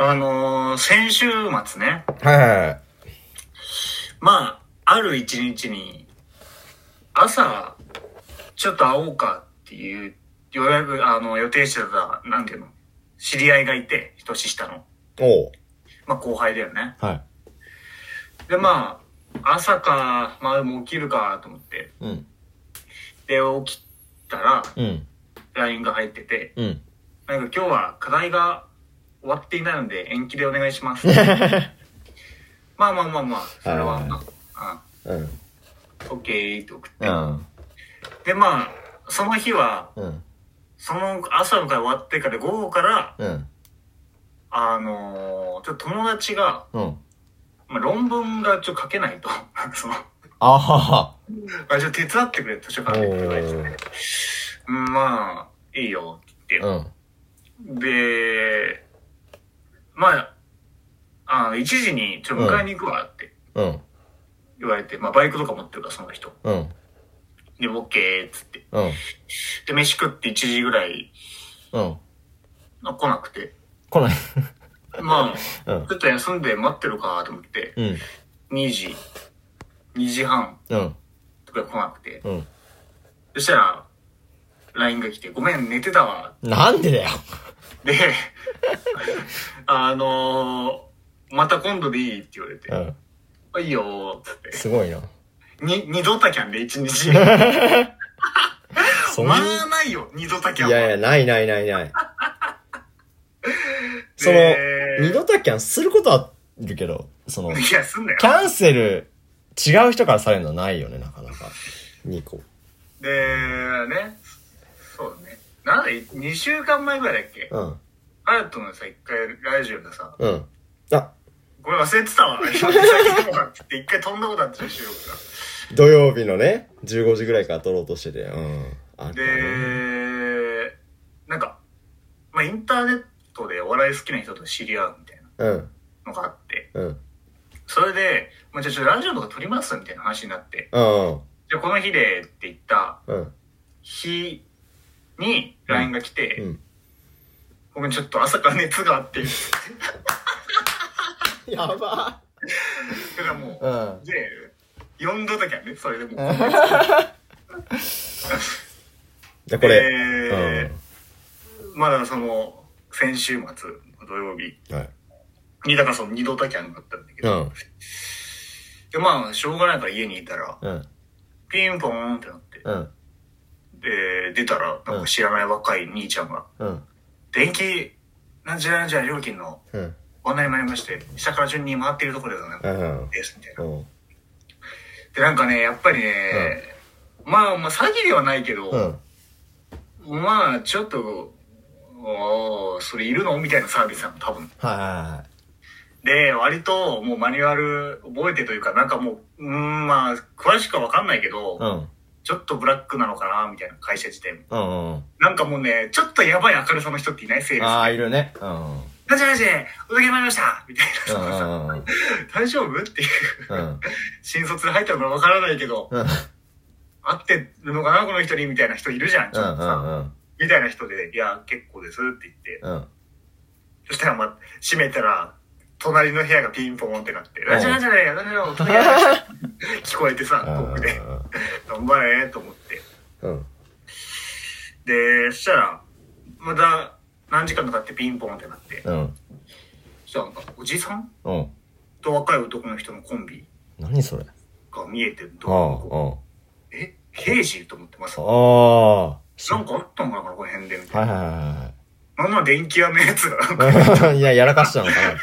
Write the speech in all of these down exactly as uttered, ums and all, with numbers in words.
あのー、先週末ね。 はいはいはい。 まあ、ある一日に、朝、ちょっと会おうかっていう、予約、あの、予定してた、なんていうの、知り合いがいて、年下の。 おう。 まあ、後輩だよね。 はい。 で、まあ、朝か、まあ、もう起きるかと思って。 うん。 で、起きたら、 うん。 ライン が入ってて、 うん。 なんか今日は課題が終わっていないので延期でお願いします。まあまあまあまあ、それは、まあ、うん。オッケーって送って。うん。で、まあ、その日は、うん、その朝の会終わってから午後から、うん、あのー、ちょっと友達が、うん、まあ、論文がちょっと書けないと。そのあはは。あ、じゃあ手伝ってくれ、図書館でって言われてて。うん、まあ、いいよって言って。うん、で、まあ、あの、いちじにちょっと迎えに行くわって言われて、うん、まあバイクとか持ってるからその人。うん、で、オッケーっつって。うん、で、飯食っていちじぐらい、うん、来なくて。 来ないまあ、うん、ちょっと休んで待ってるかと思って、うん、にじ、にじはんとか来なくて。うん、そしたら、ライン が来て、ごめん、寝てたわ。 なんでだよ。 で、あのー、また今度でいいって言われて、うん、いいよーっつって。 すごいな。 に、二度たキャンで一日。まあないよ、二度たキャンは。 いやいや、ないないないない。その、二度たキャンすることはあるけど、その、 いや、すんだよ。 キャンセル、違う人からされるのはないよね、なかなか。にこ。 で、ね、そうだね。なんで、にしゅうかんまえぐらいだっけ？うん。ハヤトのさ、一回ラジオでさ、うん。あ、ごめん忘れてたわ。一回飛んだことあったよ、収録が。 土曜日のね、じゅうごじぐらいから撮ろうとしてて、うん。あったね。 で、なんか、まあ、インターネットでお笑い好きな人と知り合うみたいなのがあって、うん。それで、まあ、じゃあちょっとラジオとか撮りますみたいな話になって、うん。じゃあこの日でって言った、日に ライン が来て、うんうん、ごめんちょっと朝から熱があってやばだからもう、うん、でよんどだけはねそれでもうじゃこれ、 えーうん、まだその先週末土曜日にだからそのにどだけあんかったんだけど、うん、でまあしょうがないから家にいたら、うん、ピンポーンってなって、うん、で出たらなんか知らない若い兄ちゃんが、うん、電気なんちゃらなんちゃら料金のご案内になりまして、下から順に回っているところでございます、ですみたいな、うん、でなんかねやっぱりね、うん、まあまあ詐欺ではないけど、うん、まあちょっとおそれいるのみたいなサービスなの多分。はいはいはい。で割ともうマニュアル覚えてというかなんかもううんまあ詳しくは分かんないけど、うん、ちょっとブラックなのかなみたいな会社自体も、うんうん、なんかもうねちょっとやばい明るさの人っていないセールス、ね、 ああいるね。うん。 なじなじお届け参りましたみたいなさ、うんうん、大丈夫っていう、うん、新卒で入ったのか分からないけど、うん、合ってるのかなこの人にみたいな人いるじゃんちょっとさ、うんうんうん、みたいな人でいや結構ですって言って、うん、そしたらまあ閉めたら隣の部屋がピンポーンってなってなじなじなじやだねよお届け参りました聞こえてさ遠くで頑張れと思って、うん、でそしたらまた何時間とかってピンポンってなって、うん、そしたらなんかおじさん、うん、と若い男の人のコンビ何それが見えてるとえ刑事と思ってます。あなんかあったのかなこの辺でみたいな、はいはいはい、なんな電気屋のやつがいややらかしたのかなって、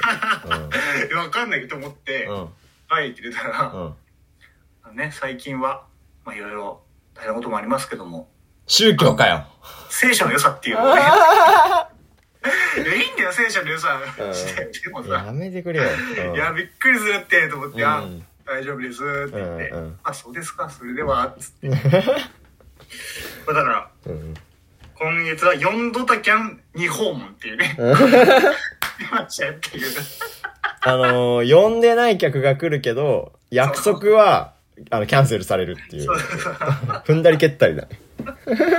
うん、分かんないと思って、うん、はいって言ったら、うんね、最近はまあいろいろ大変なこともありますけども宗教かよ聖書の良さっていうのをねいいんだよ聖書の良さして、うん、でもさやめてくれよ、 うん、いやびっくりするってと思って、うん、あ大丈夫ですって言って、うんうん、あそうですかそれではつってだから、うん、今月はよんドタキャンに訪問っていうねっていうあのー、呼んでない客が来るけど約束はあのキャンセルされるっていう踏んだり蹴ったりだね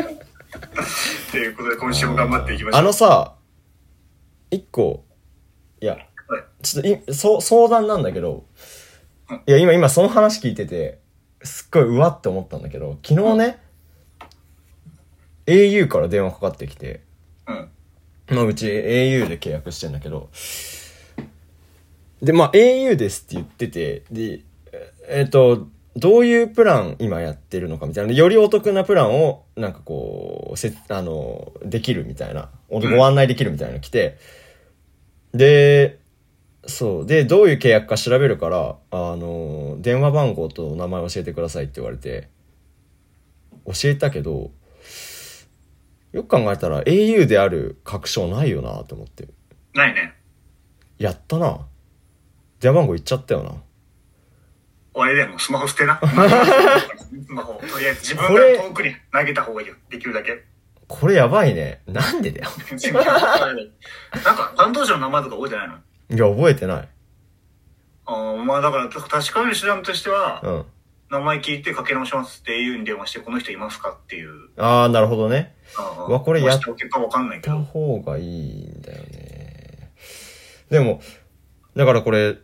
ということで今週も頑張っていきましょう。 あのさ一個いや、ちょっとい、そ、相談なんだけど、いや、今、今その話聞いてて、すっごいうわって思ったんだけど、昨日ね、うん、エーユー から電話かかってきて、うん。まあ、うち エーユー で契約してんだけど、で、まあ、エーユー ですって言ってて、で、えっと、どういうプラン今やってるのかみたいな、よりお得なプランを、なんかこう、せ、あの、できるみたいな、ご案内できるみたいなの来て、で、そう。で、どういう契約か調べるから、あの、電話番号と名前教えてくださいって言われて、教えたけど、よく考えたら エーユー である確証ないよなと思って。 ないね。 やったな。電話番号言っちゃったよな。 おいでもスマホ捨てな。スマホ。とりあえず自分が遠くに投げた方がいいよ。できるだけ。 これやばいね。なんでだよ。 なんか担当者の名前とか覚えてないの？ いや、覚えてない。 ああ、まあだから確かめる手段としては、うん、名前聞いてかけ直しますって エーユー に電話してこの人いますかっていう。 ああ、なるほどね。ああ、わ、これやった方がいいんだよね。でも、だからこれ、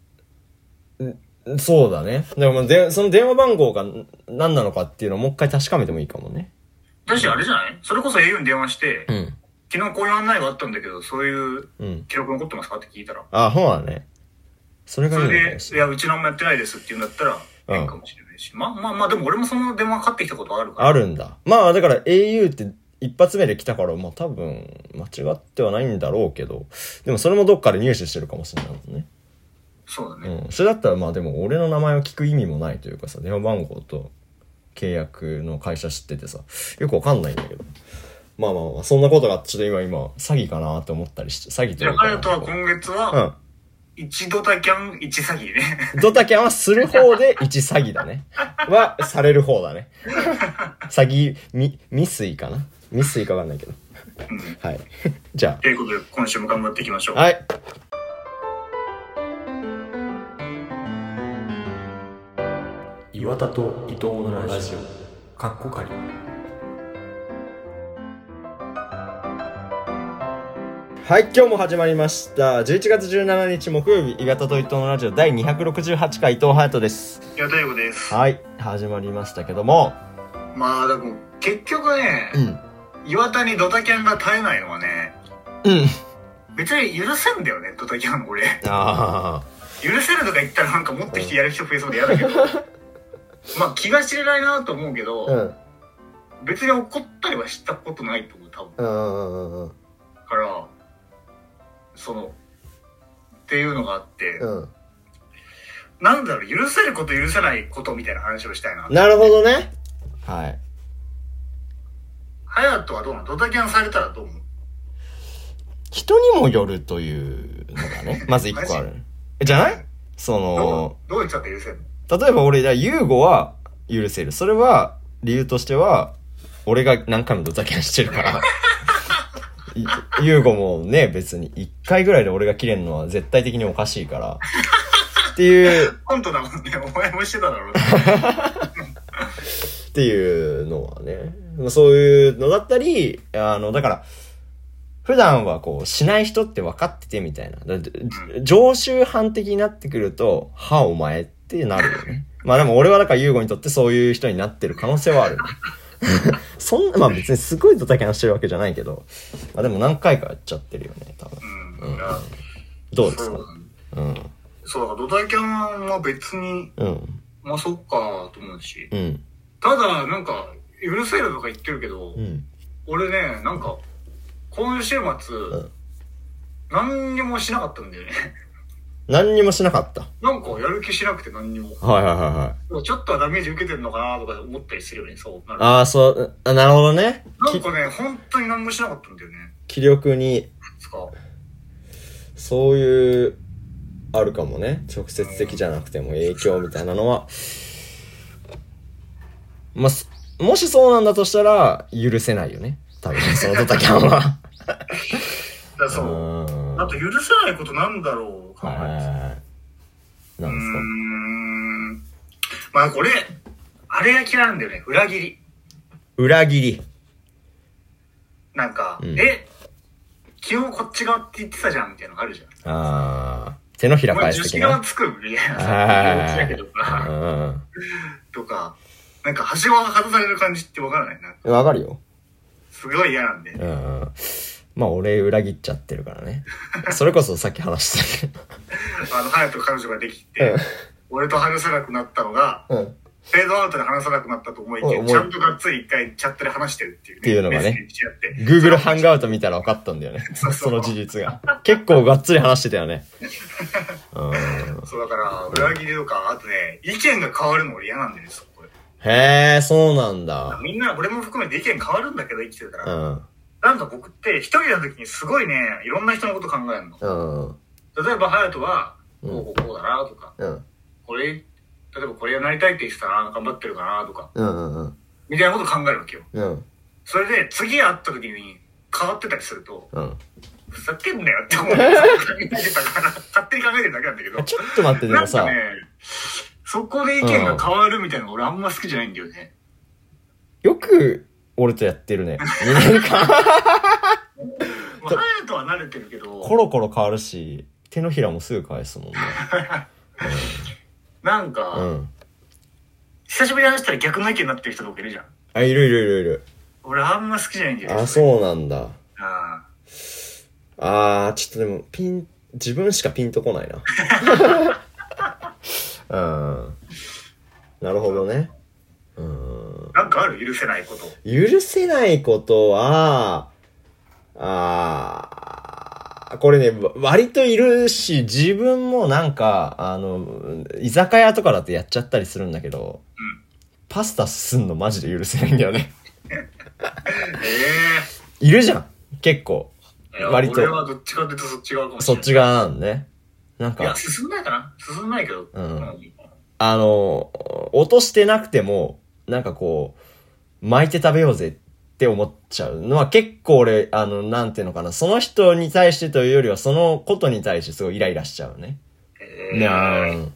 そうだね。でもで、その電話番号が何なのかっていうのをもう一回確かめてもいいかもね。 だし、あれじゃない？それこそ エーユー に電話して、うん、昨日こういう案内があったんだけど、そういう記録残ってますかって聞いたら。 ああ、そうだね。それがいいのかもしれない。 それで、いや、うち何もやってないですって言うんだったら、変、うん、かもしれないし。まあまあまあ、でも俺もその電話かかってきたことあるから。 あるんだ。まあ、だから エーユー って一発目で来たから、まあ多分、間違ってはないんだろうけど、でもそれもどっかで入手してるかもしれないもんね。 そうだね。 うん。それだったらまあでも俺の名前を聞く意味もないというかさ、電話番号と契約の会社知っててさ、よくわかんないんだけど。まあまあまあ、そんなことがあって、ちょっと今今、詐欺かなって思ったりして、詐欺というか。 じゃあ、隼人は今月は、うん。いちドタキャンいち詐欺ね。 ドタキャンはする方でいち詐欺だね。は、される方だね。詐欺、み、未遂かな未遂かわかんないけど。うん、はい。じゃあ。 ということで、今週も頑張っていきましょう。 はい。岩田と伊藤のラジオ、かっこかり。はい、今日も始まりました。じゅういちがつじゅうしちにち木曜日、岩田と伊藤のラジオだいにひゃくろくじゅうはちかい、伊藤隼人です。 岩田優子です。 はい、始まりましたけども。 まあ、でも、結局ね、うん、岩田にドタキャンが絶えないのはね、 うん。 別に許せんだよね、ドタキャン、俺。 ああ。 許せるとか言ったらなんか持ってきてやる人増えそうで嫌だけど、まあ気が知れないなと思うけど、うん、別に怒ったりはしたことないと思う、多分。 うん。 から、その、っていうのがあって、うん、なんだろう、許せること許せないことみたいな話をしたいな。 なるほどね。はい。 隼人はどうなの？ドタキャンされたらどう思う？ 人にもよるというのがね、まず一個ある。じゃないその、 どう言っちゃって許せるの？ 例えば俺、ユーゴは許せる。それは、理由としては、俺が何回もドタキャンしてるから。ユーゴもね、別に一回ぐらいで俺が切れるのは絶対的におかしいから。っていう。 本当だもんね。お前もしてただろう。 っていうのはね。そういうのだったり、あの、だから、普段はこう、しない人って分かっててみたいな。だ常習犯的になってくると、はお前ってなるよね。まあでも俺はだからユーゴにとってそういう人になってる可能性はあるね。そんな、まあ別にすごいドタキャンしてるわけじゃないけど、まあでも何回かやっちゃってるよね、多分。うん。うん、どうですか？うん。 そう、だからドタキャンは別に、うん。まあそっかと思うし。 うん。 ただ、なんか、許せるとか言ってるけど、うん、俺ね、なんか、今週末、うん、何にもしなかったんだよね。 何にもしなかった。 なんかやる気しなくて何にも。 はいはいはいはい。 ちょっとはダメージ受けてるのかなとか思ったりするよね、そうなる。 ああ、そう、あ、なるほどね。 なんかね、本当に何もしなかったんだよね。 気力に。そういう、あるかもね。直接的じゃなくても影響みたいなのは。まあ、もしそうなんだとしたら、許せないよね。多分、そのドタキャンは。 だそう。あと許せないことなんだろう。 はい。なんですか？うーん。まあこれ、あれが嫌いなんだよね。裏切り。 裏切り。 なんか、うん、え、 基本こっち側って言ってたじゃんみたいなのがあるじゃん。 ああ。手のひら返す的な。 お前女子側つくみたいなさ、だけどさ、とか、なんか、はしごが外される感じってわからないな。 わかるよ。 すごい嫌なんで。 うん。まあ、俺裏切っちゃってるからね。それこそさっき話したけど。 あの、隼人彼女ができて、うん、俺と話せなくなったのが、うん、フェードアウトで話さなくなったと思いきや、ちゃんとがっつり一回チャットで話してるっていうね。 っていうのがね。Google ハンガウト見たら分かったんだよね。そうそうその事実が。結構がっつり話してたよね。 うん、そうだから、裏切りとか、あとね、意見が変わるの俺嫌なんだよね、そこで。 へえ、そうなんだ。 みんな、俺も含めて意見変わるんだけど、生きてるから。うん、なんか僕って一人の時にすごいね、いろんな人のこと考えるの。うん、例えば、隼人は、こうこうこうだなとか、うん、これ、例えばこれをなりたいって言ってたら頑張ってるかなとか、うんうんうん、みたいなこと考えるわけよ。うん、それで次会った時に変わってたりすると、うん、ふざけんなよって思って考えてたから、勝手に考えてるだけなんだけど。 ちょっと待って、でもさ、 なんかね、そこで意見が変わるみたいなの俺あんま好きじゃないんだよね。 よく俺とやってるね。にねんかん。 隼人は慣れてるけど。 コロコロ変わるし、手のひらもすぐ返すもんね。 なんか、うん、久しぶりに話したら逆の意見になってる人とかいるじゃん。 あ、いるいるいるいる。 俺あんま好きじゃないんだよね。 あ、そうなんだ。ああ、ちょっとでもピン、自分しかピンとこないな。うん。なるほどね。 うん。なんかある？許せないこと。 許せないことは、ああ、これね、割といるし、自分もなんか、あの、居酒屋とかだとやっちゃったりするんだけど、うん、パスタすんのマジで許せないんだよね。えー、いるじゃん、結構。割と。 俺はどっちかっていうとそっち側かもしれない。そっち側なんね。なんか。 いや、進んないかな進んないけど。うん。 あの、落としてなくても、なんかこう、巻いて食べようぜって思っちゃうのは結構俺、あの、なんていうのかな、その人に対してというよりは、そのことに対してすごいイライラしちゃうね。えー、なーん。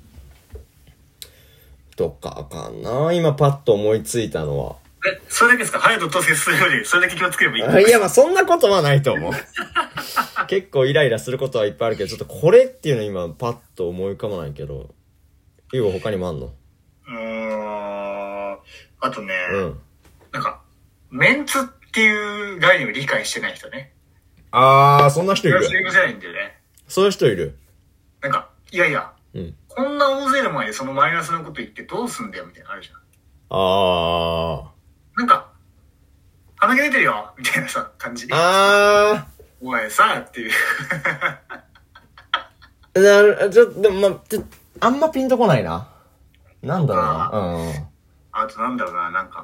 とかかな。今パッと思いついたのは。 え、それだけですか？隼人と接するより、それだけ気をつければいいんですか？ いや、まあそんなことはないと思う。結構イライラすることはいっぱいあるけど、ちょっとこれっていうの今パッと思い浮かばないけど、ゆうご他にもあんの？うーん。あとね、うん、なんか、メンツっていう概念を理解してない人ね。 あー、そんな人いる。 それ許せないんだよね。 そういう人いる。 なんか、いやいや、うん、こんな大勢の前でそのマイナスなこと言ってどうすんだよみたいなのあるじゃん。あー。なんか、鼻毛出てるよみたいなさ、感じ。あー。お前さ、っていう。 なる、ちょっと、でもま、ちょあんまピンとこないな。なんだろうな。うん。 あとなんだろうな、なんか、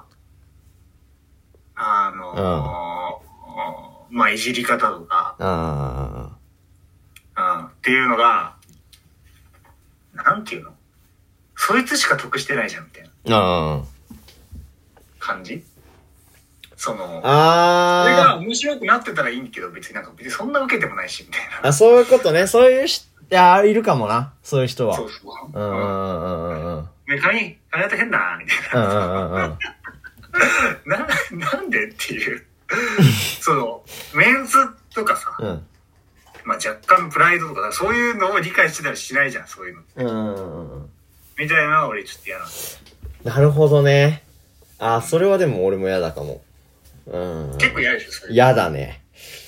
あのー、うん、まあ、いじり方とか、あうん、っていうのが、なんていうの？そいつしか得してないじゃん、みたいな。あ感じ？その、あそれが面白くなってたらいいけど、別になんか別にそんな受けてもないし、みたいな。 あ、そういうことね。そういうし、いや、いるかもな。そういう人は。そうそう。うんうんうんうんうん。 ね、髪、髪型変だ、みたいな。うんうんうんうん。な、なんでっていう。その、メンズとかさ、うん、まあ若干プライドとか、そういうのを理解してたりしないじゃん、そういうの。うんうんうん。みたいなのは俺ちょっと嫌なんだ。 なるほどね。あ、それはでも俺も嫌だかも。うん。 結構嫌でしょ、それ。 嫌だね。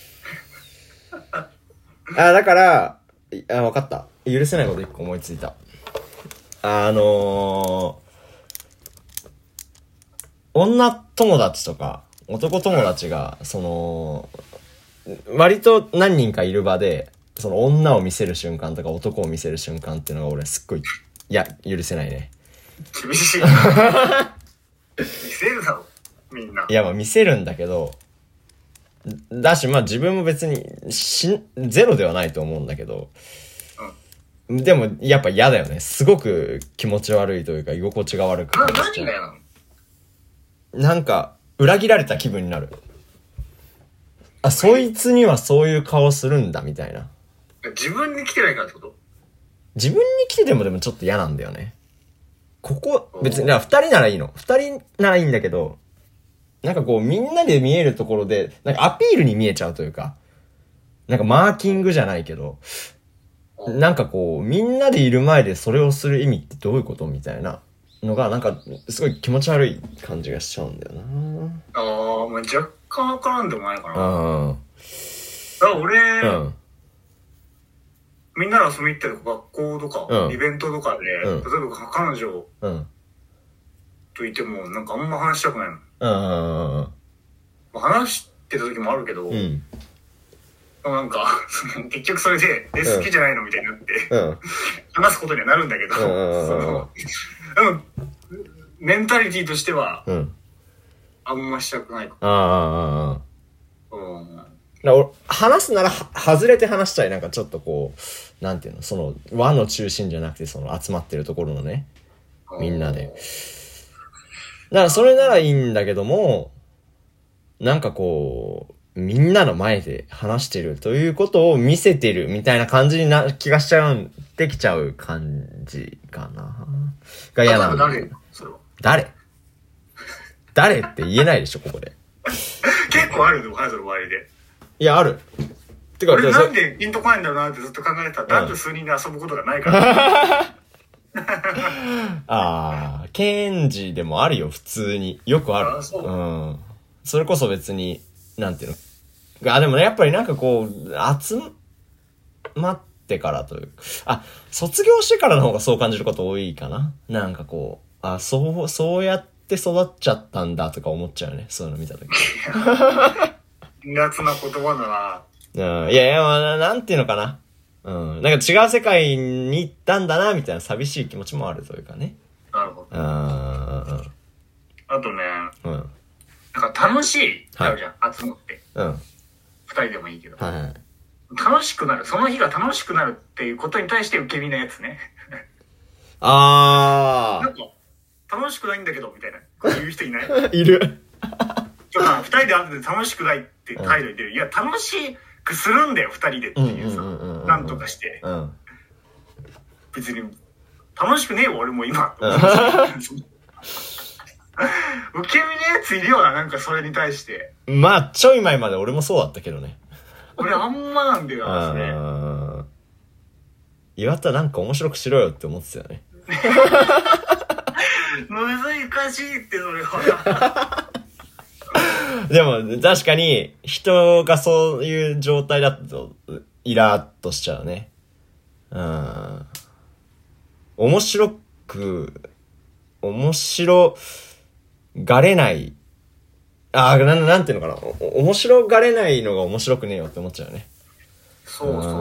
あ、だから、あ、わかった。許せないこと一個思いついた。あのー、女友達とか、男友達が、その、割と何人かいる場で、その女を見せる瞬間とか男を見せる瞬間っていうのが俺すっごい、いや、許せないね。 厳しい。見せるだろ、みんな。 いや、まあ見せるんだけど、だし、まあ自分も別にし、ゼロではないと思うんだけど、うん、でもやっぱ嫌だよね。すごく気持ち悪いというか居心地が悪く感じちゃう。何が嫌なの？なんか、裏切られた気分になる。あ、そいつにはそういう顔するんだみたいな。 自分に来てないからってこと？ 自分に来ててもでもちょっと嫌なんだよね。ここ、別に、二人ならいいの。二人ならいいんだけど、なんかこうみんなで見えるところで、なんかアピールに見えちゃうというか、 なんかマーキングじゃないけど、なんかこう、みんなでいる前でそれをする意味ってどういうことみたいなのが、なんか、すごい気持ち悪い感じがしちゃうんだよな。 ああ、まあ、若干わからんでもないかな。 うん。 だから俺、うん、みんなで遊び行ってる学校とか、うん、イベントとかで、うん、例えば彼女といても、なんかあんま話したくないの。うんうんうん。話してた時もあるけど、うん、なんか、結局それで、え、好きじゃないのみたいになって、うん、話すことにはなるんだけど、その、でも、メンタリティとしては、うん、あんましたくないか。ああ、ああ、うん。 俺話すなら外れて話したい。なんかちょっとこう、なんていうの、その輪の中心じゃなくて、その集まってるところのね、みんなで。だからそれならいいんだけども、なんかこう、みんなの前で話してるということを見せてるみたいな感じにな気がしちゃう、できちゃう感じかな。が嫌なんだ。 誰それは誰誰って言えないでしょ、ここで。 結構あるの、ハヤトの周りで。 いや、ある。 てか、俺なんでピンとこないんだろうなってずっと考えてたら、男女数人で遊ぶことがないから。 ああ、ケンジでもあるよ、普通に。よくある。あ、そう。うん。それこそ別に、なんていうの。あ、でもね、やっぱりなんかこう、集まってからというか、あ、卒業してからの方がそう感じること多いかな。なんかこう、あ、そう、そうやって育っちゃったんだとか思っちゃうよね。そういうの見たとき。 苦手な言葉だな。うん。いやいや、まあ、なんていうのかな。うん。なんか違う世界に行ったんだな、みたいな寂しい気持ちもあるというかね。 なるほど。 うん。 あとね、 うん。 なんか楽しい、あるじゃん、はい、集まって。 うん。 二人でもいいけど。 はいはい。 楽しくなる。その日が楽しくなるっていうことに対して受け身なやつね。 あー。 なんか、楽しくないんだけど、みたいな。こう言う人いないいる。 とか、二人で会ってて楽しくないって態度に出る。いや、楽しくするんだよ、二人でっていうさ。なんとかして。うん、別に、楽しくねえよ、俺も今。受け身のやついるよな、なんかそれに対して。 まあ、ちょい前まで俺もそうだったけどね。 俺あんまなんだよな、それ。 岩田なんか面白くしろよって思ってたよね。 難しいって、それは。 でも、確かに、人がそういう状態だと、イラーっとしちゃうね。うん。面白く、面白がれない。ああ、なん、なんていうのかな。お、面白がれないのが面白くねえよって思っちゃうね。 そうそうそう。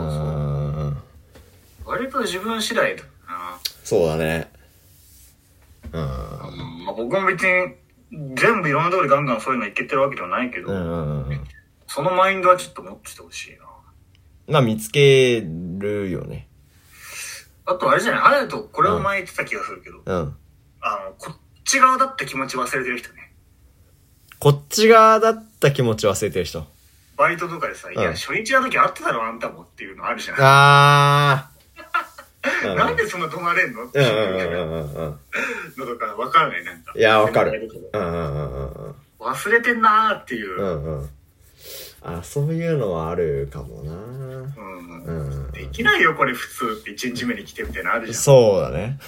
割と自分次第だな。 そうだね。うん。 まあ、僕も別に、全部いろんなところでガンガンそういうのいけてるわけではないけど、うんうんうん、そのマインドはちょっと持っててほしいな。 まあ見つけるよね。 あとあれじゃない、あれだとこれを前言ってた気がするけど、うん、あの、こっち側だった気持ち忘れてる人ね。 こっち側だった気持ち忘れてる人。 バイトとかでさ、うん、いや、初日の時あってたろ、あんたもっていうのあるじゃない。 あー。 なんでそんな止まれんのっていうのとかわからない、なんか。 いや、わかる。うんうんうんうん、 忘れてんなーっていう。 うんうん、あ、そういうのはあるかもな。 うんうんうん、できないよ、これ普通って一日目に来てみたいなのあるじゃん。 そうだね。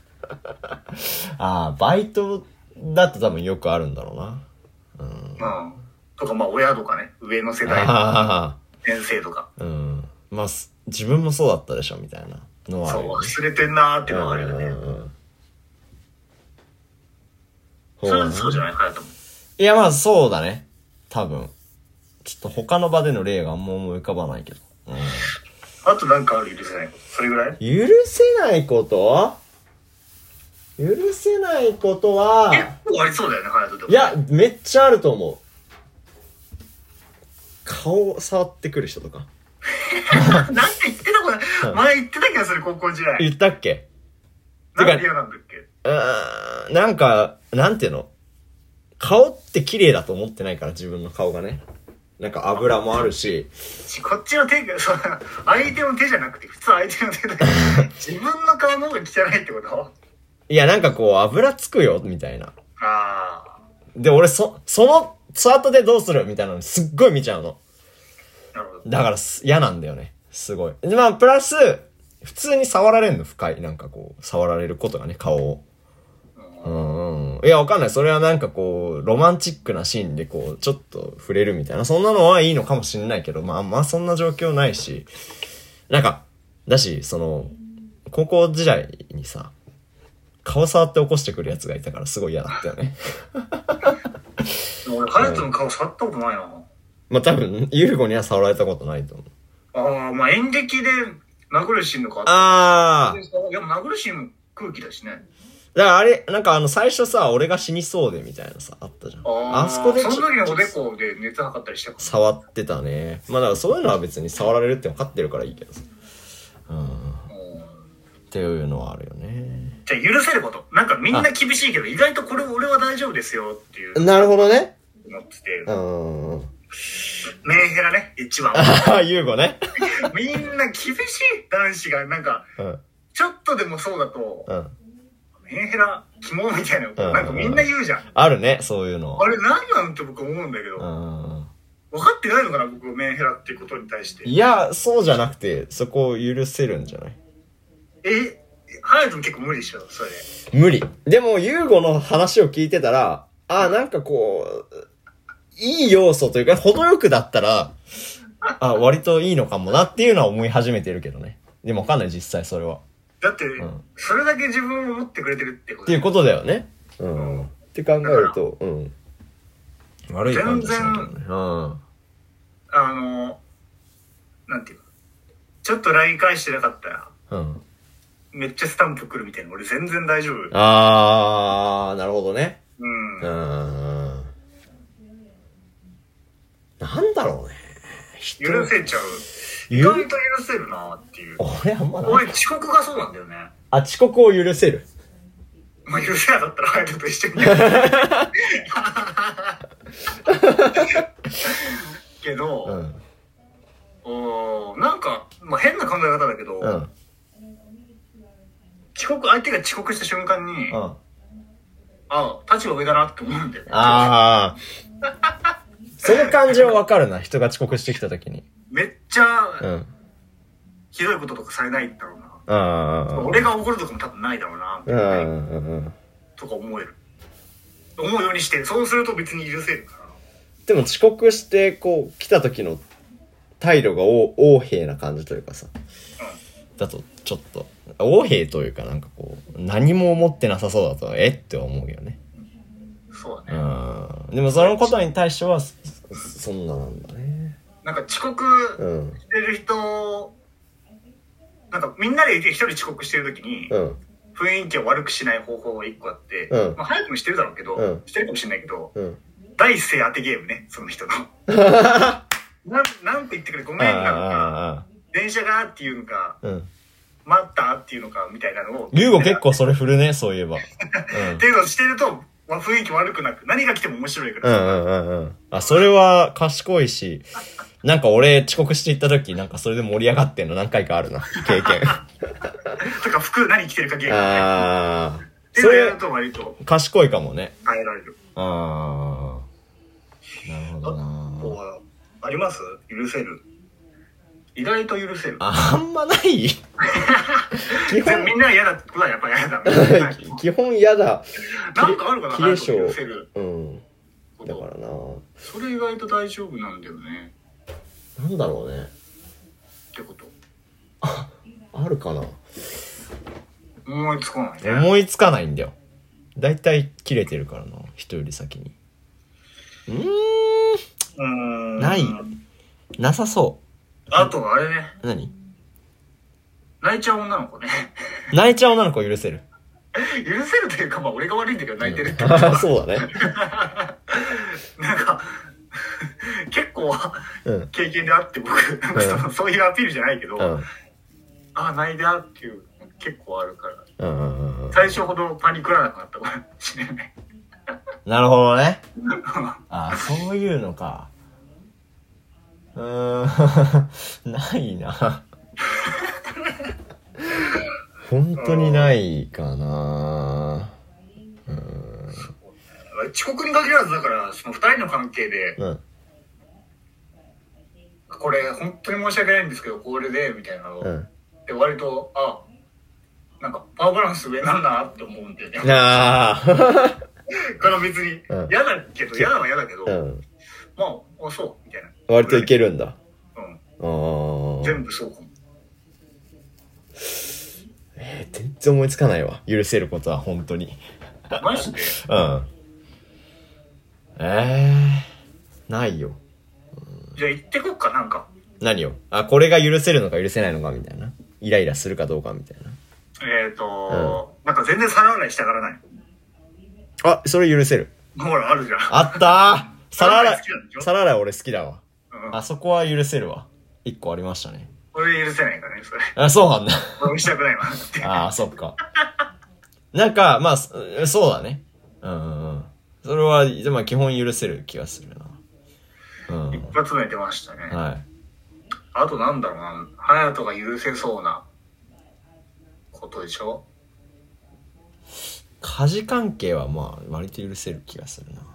あ、バイトだと多分よくあるんだろうな。 うん。うん、とか、まあ親とかね、上の世代の先生とか。 うん。まあ、自分もそうだったでしょ、みたいな。のはあるよね、 そう、忘れてんなーっていうのがあるよね。うんうんうん、そう、そうじゃないかなと思う。 いや、まあそうだね。多分。ちょっと他の場での例があんま思い浮かばないけど。うん、 あとなんかある、許せないこと。それぐらい？ 許せないこと許せないことは。 結構ありそうだよね、ハヤトでも。 いや、めっちゃあると思う。顔触ってくる人とか。 なんて言ってたこと、前言ってた気がする、高校時代。 言ったっけ？ なんで嫌なんだっけ？ うーん、なんか、なんていうの？顔って綺麗だと思ってないから、自分の顔がね。なんか油もあるし。 こっちの手が、その、相手の手じゃなくて、普通相手の手だけど、自分の顔の方が汚いってこと？ いや、なんかこう、油つくよ、みたいな。 ああ。 で、俺、そ、その、触った手どうするみたいなのすっごい見ちゃうの。 なるほど。 だから嫌なんだよね。すごい。で、まあ、プラス、普通に触られるの深い。なんかこう、触られることがね、顔を。うんうん。いや、わかんない。それはなんかこう、ロマンチックなシーンでこう、ちょっと触れるみたいな。そんなのはいいのかもしれないけど、まあまあそんな状況ないし。なんか、だし、その、高校時代にさ、顔触って起こしてくるやつがいたからすごい嫌だったよね。 俺、ハヤトの顔触ったことないな。 まあ多分、ユーゴには触られたことないと思う。 ああ、まあ演劇で殴るシーンとかああ。 いや、殴るシーンも空気だしね。 だからあれ、なんかあの最初さ、俺が死にそうでみたいなさ、あったじゃん。 ああそこで。 その時のおでこで熱測ったりしたか触ってたね。まあだからそういうのは別に触られるって分かってるからいいけどさ。うん。っていうのはあるよね。 じゃあ許せること。なんかみんな厳しいけど、意外とこれ俺は大丈夫ですよっていう。 なるほどね。 思ってて。 うん。 メンヘラね、一番。 ああ、ユーゴね。 みんな厳しい男子がなんか、うん、ちょっとでもそうだと、うん、メンヘラ、キモみたいなこと、うん、なんかみんな言うじゃん。 あるね、そういうの。 あれなんなんて僕思うんだけど、うん、分かってないのかな、僕メンヘラっていうことに対して。 いや、そうじゃなくて、そこを許せるんじゃない？ え、ハヤトも結構無理でしょ、それ。 無理。でも、ユーゴの話を聞いてたら、あ、なんかこう、いい要素というか、程よくだったら、あ、割といいのかもなっていうのは思い始めてるけどね。でもわかんない、実際それは。 だって、うん、それだけ自分を持ってくれてるってことっていうことだよね。うん。うん、って考えると、うん。悪い感じしないけどね。全然、うん。 あの、なんていうか、ちょっと ライン 返してなかったら、うん。めっちゃスタンプ来るみたいな。俺全然大丈夫。 あー、なるほどね。 うん。 うん。なんだろうね。 許せちゃう。意外と許せるなっていう。 俺あんまない。 俺遅刻がそうなんだよね。 あ、遅刻を許せる。 まあ許せなかったらハヤトと一緒に。けど、うん、おなんか、まあ、変な考え方だけど、うん、遅刻、相手が遅刻した瞬間に、うん、あ、立場上だなって思うんだよね。 ああ。その感じはわかるな、人が遅刻してきた時に。 めっちゃ、うん、ひどいこととかされないんだろうな。 あ俺が怒るとかも多分ないだろうな、みたいな。とか思える。思うようにして、そうすると別に許せるから。 でも遅刻して、こう、来た時の態度が横柄な感じというかさ。うん、だと、ちょっと、横柄というかなんかこう、何も思ってなさそうだと、えって思うよね。 そうだね。 うん。でもそのことに対しては、そんななんだね。 なんか遅刻してる人、うん、なんかみんなで一人遅刻してる時に、うん、雰囲気を悪くしない方法が一個あって、うん、まあ早くもしてるだろうけど、うん、してるかもしれないけど、うん、第一声当てゲームね、その人の。なん、なんて言ってくれ、ごめんなのか、電車がっていうのか、うん、待ったっていうのかみたいなのを。 ユーゴ結構それ振るね、そういえば。 うん、っていうのをしてると、まあ、雰囲気悪くなく、何が来ても面白いから。 うんうんうんうん。あ、それは賢いし、なんか俺遅刻していった時、なんかそれで盛り上がってんの何回かあるな、経験。 とか服何着てるかゲームね。 ああ。 それやると割と。 賢いかもね。 変えられる。 ああ。なるほどな。 あります許せる。意外と許せる。 あんまない基本みんな嫌だってことはやっぱ嫌だ。 基本嫌だ。 なんかあるかな、 許せる。 うん。だからな。 それ意外と大丈夫なんだよね。 なんだろうね。 ってこと。 あ、あるかな。 思いつかないね。 思いつかないんだよ。だいたい切れてるからな、人より先に。うーん。うーん。ない。なさそう。 あとあれね。 何？ 泣いちゃう女の子ね。 泣いちゃう女の子許せる。 許せるというか、まあ俺が悪いんだけど泣いてるってことは、うん、そうだね。 なんか結構、うん、経験であって僕、うん、そういうアピールじゃないけど、うん、ああ泣いたっていう結構あるから、うんうんうん、最初ほどパニクらなくなったかもしれない。 なるほどね。ああ、そういうのか。うーんないな。本当にないかな。うーん、 遅刻に限らずだからその二人の関係で、うん、 これ本当に申し訳ないんですけどこれでみたいなの、うん、で割とあなんかパワーバランス上なんだなって思うんだよね。ああ。この別に嫌だけど、嫌だは嫌だけど、うん、まあ、あ、そうみたいな。 割といけるんだ。 うん。ああ。全部そうかも。 えー、全然思いつかないわ。許せることは本当に。 マジで？ うん。えー、ないよ。 うん、じゃあ言ってこっかなんか。 何よ？あ、これが許せるのか許せないのかみたいな。イライラするかどうかみたいな。 えーと、うん、なんか全然皿洗いしたがらない。 あ、それ許せる。 ほら、あるじゃん。 あったー。皿洗い、皿洗い俺好きだわ。うん、あそこは許せるわ。一個ありましたね。 俺許せないからね、それ。 あ、そうなんだ。 俺したくないわ。 ああ、そっか。なんか、まあ、そうだね。うんうんうん。それは、でも基本許せる気がするな。うん。一発目出ましたね。 はい。 あとなんだろうな、隼人が許せそうなことでしょ？ 家事関係はまあ割と許せる気がするな、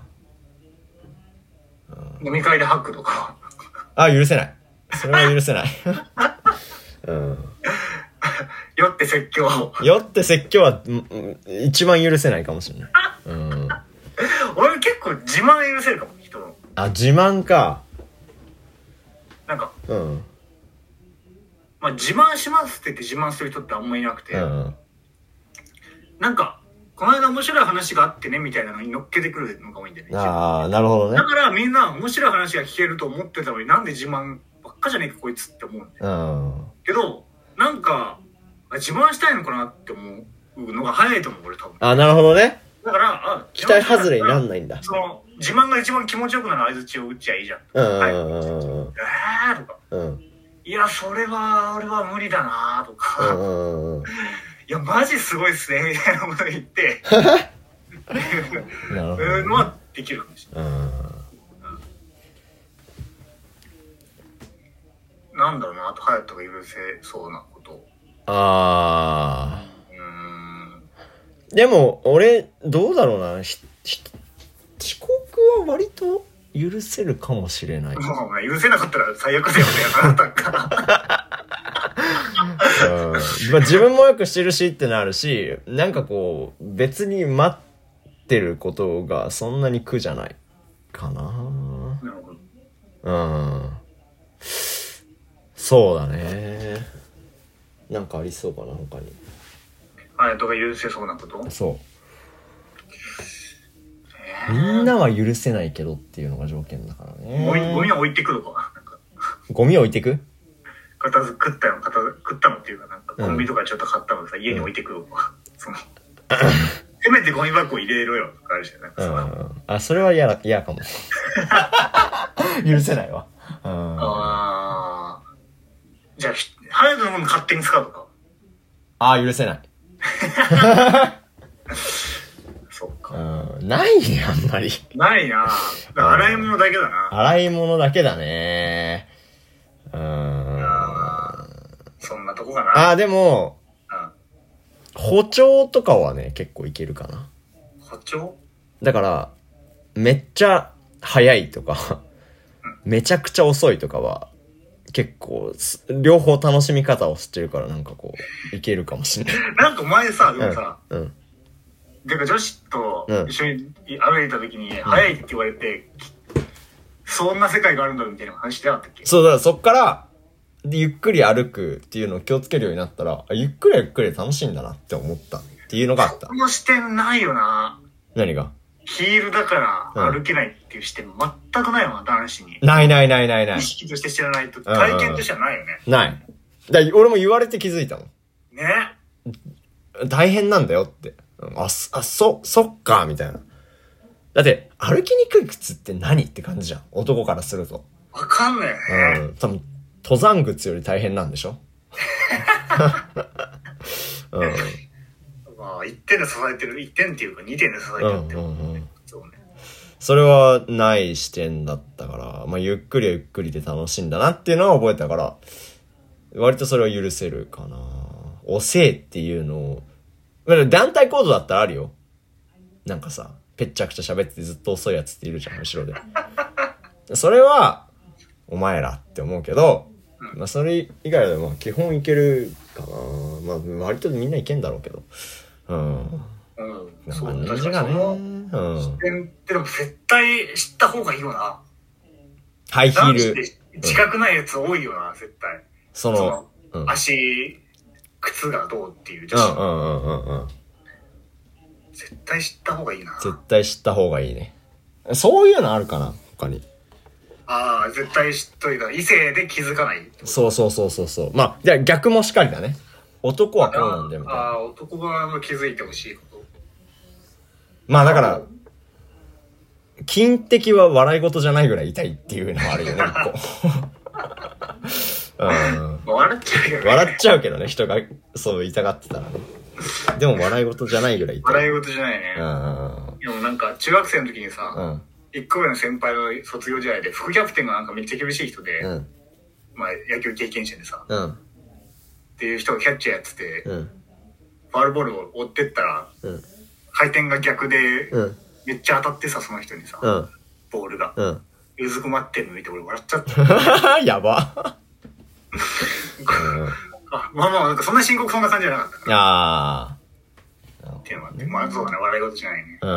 うん、飲み会で吐くとかあ、許せない。それは許せない、うん、 酔って説教酔って説教は一番許せないかもしれない、うん、 俺結構自慢許せるかも人の。 あ、自慢か。 なんか、うん、まあ自慢しますって言って自慢する人ってあんまいなくて、うん、なんかこの間面白い話があってねみたいなのに乗っけてくるのが多いんだよね。 ああ、なるほどね。 だからみんな面白い話が聞けると思ってたのになんで自慢ばっかじゃねえかこいつって思うんだよ。うん。けど、なんか、自慢したいのかなって思うのが早いと思う、俺多分。 あ、なるほどね。 だから、あ、 期待外れになんないんだ。 その、自慢が一番気持ちよくなる相槌を打っちゃいいじゃん。うん。はい。えーとか。うん。いや、それは、俺は無理だなとか。うん。いや、マジすごいっすね、みたいなこと言って、なるほど、ね。そういうのはできるかもしれない。うん、なんだろうな、あと、隼人が許せそうなこと。 あー。うーん。でも、俺、どうだろうな。ひひ遅刻は割と許せるかもしれない。 もう、許せなかったら最悪だよね、あなたか。 うん、まあ、自分もよくしてるしってなるし、なんかこう別に待ってることがそんなに苦じゃないかな。なるほど。うん。そうだね。なんかありそうかな他に。 隼人が許せそうなこと？ そう。えー、みんなは許せないけどっていうのが条件だからね。 ゴミ、ゴミを置いてくのか。なんかゴミを置いてく？ 片付食ったの片付食ったのっていうかなんかコンビニとかちょっと買ったのさ、うん、家に置いてくるわ、うん、そのせめてゴミ箱入れろよとかあるじゃん、なんかさ、 うん、あ、それは嫌だ、嫌かも許せないわ、うん、 あー、じゃあ隼人のもの勝手に使うとか。 あー、許せないそうか、 うん、ないね、あんまりないな。洗い物だけだな。 洗い物だけだね。うん、 そんなとこかな。 あ、でも、うん、歩調とかはね、結構いけるかな。 歩調？ だから、めっちゃ速いとか、うん、めちゃくちゃ遅いとかは、結構、両方楽しみ方を知ってるから、なんかこう、いけるかもしれない。 なんか前さ、でもさ、うん。うん、てか女子と一緒に歩いた時に、うん、速いって言われて、そんな世界があるんだみたいな話してなかったっけ？ そうだ、そっから、で、ゆっくり歩くっていうのを気をつけるようになったら、ゆっくりゆっくり楽しいんだなって思ったっていうのがあった。 その視点ないよな。 何が？ ヒールだから歩けないっていう視点全くないわ、男子に。 ないないないないない。 意識として知らないと、体験としてはないよね。 ない。だ俺も言われて気づいたもん。 ね。 大変なんだよって。あ、あ、そ、そっか、みたいな。だって、歩きにくい靴って何って感じじゃん。男からすると。 わかんないよね。 うん。多分、登山靴より大変なんでしょうん。 まあ、いってんで支えてる。いってんっていうかにてんで支えてるって、うんうんうん。そうね。 それはない視点だったから、まあ、ゆっくりゆっくりで楽しいんだなっていうのは覚えたから、割とそれは許せるかな。遅えっていうのを、団体行動だったらあるよ。なんかさ、ぺっちゃくちゃ喋ってずっと遅いやつっているじゃん、後ろで。それは、 お前らって思うけど、 うん、 まあそれ以外はまあ基本いけるかな。まあ割とみんないけんだろうけど。うん。うん。 そう、 確かにね。うん。 視点ってでも絶対知った方がいいよな。 ハイヒール。男子って自覚ないやつ多いよな、うん、絶対。 その、そのうん、足、靴がどうっていう女子。うんうんうんうんうん。 絶対知った方がいいな。 絶対知った方がいいね。そういうのあるかな他に。 ああ、絶対知っといた。異性で気づかない。 そうそうそうそうそう。まあ、じゃあ逆もしかりだね。男はこうなんだよみたいな。 ああ、男側の気づいてほしいこと。 まあだから、金的は笑い事じゃないぐらい痛いっていうのもあるよね、一個。うん、 笑っちゃうよね。 笑っちゃうけどね、人がそう痛がってたらね。でも笑い事じゃないぐらい痛い。 笑い事じゃないね。うん。でもなんか中学生の時にさ、うん、一個上の先輩の卒業試合で副キャプテンがなんかめっちゃ厳しい人で、うん、まあ野球経験者でさ、うん、っていう人がキャッチャーやってて、うん、ファウルボールを追ってったら、うん、回転が逆で、うん、めっちゃ当たってさ、その人にさ、うん、ボールが、うん、うずくまってるの見て俺笑っちゃった。 やば。 あ、まあまあ、なんかそんな深刻そんな感じじゃなかったから。ああ。っていうのがあって、まあそうだね、笑い事じゃないね。うん。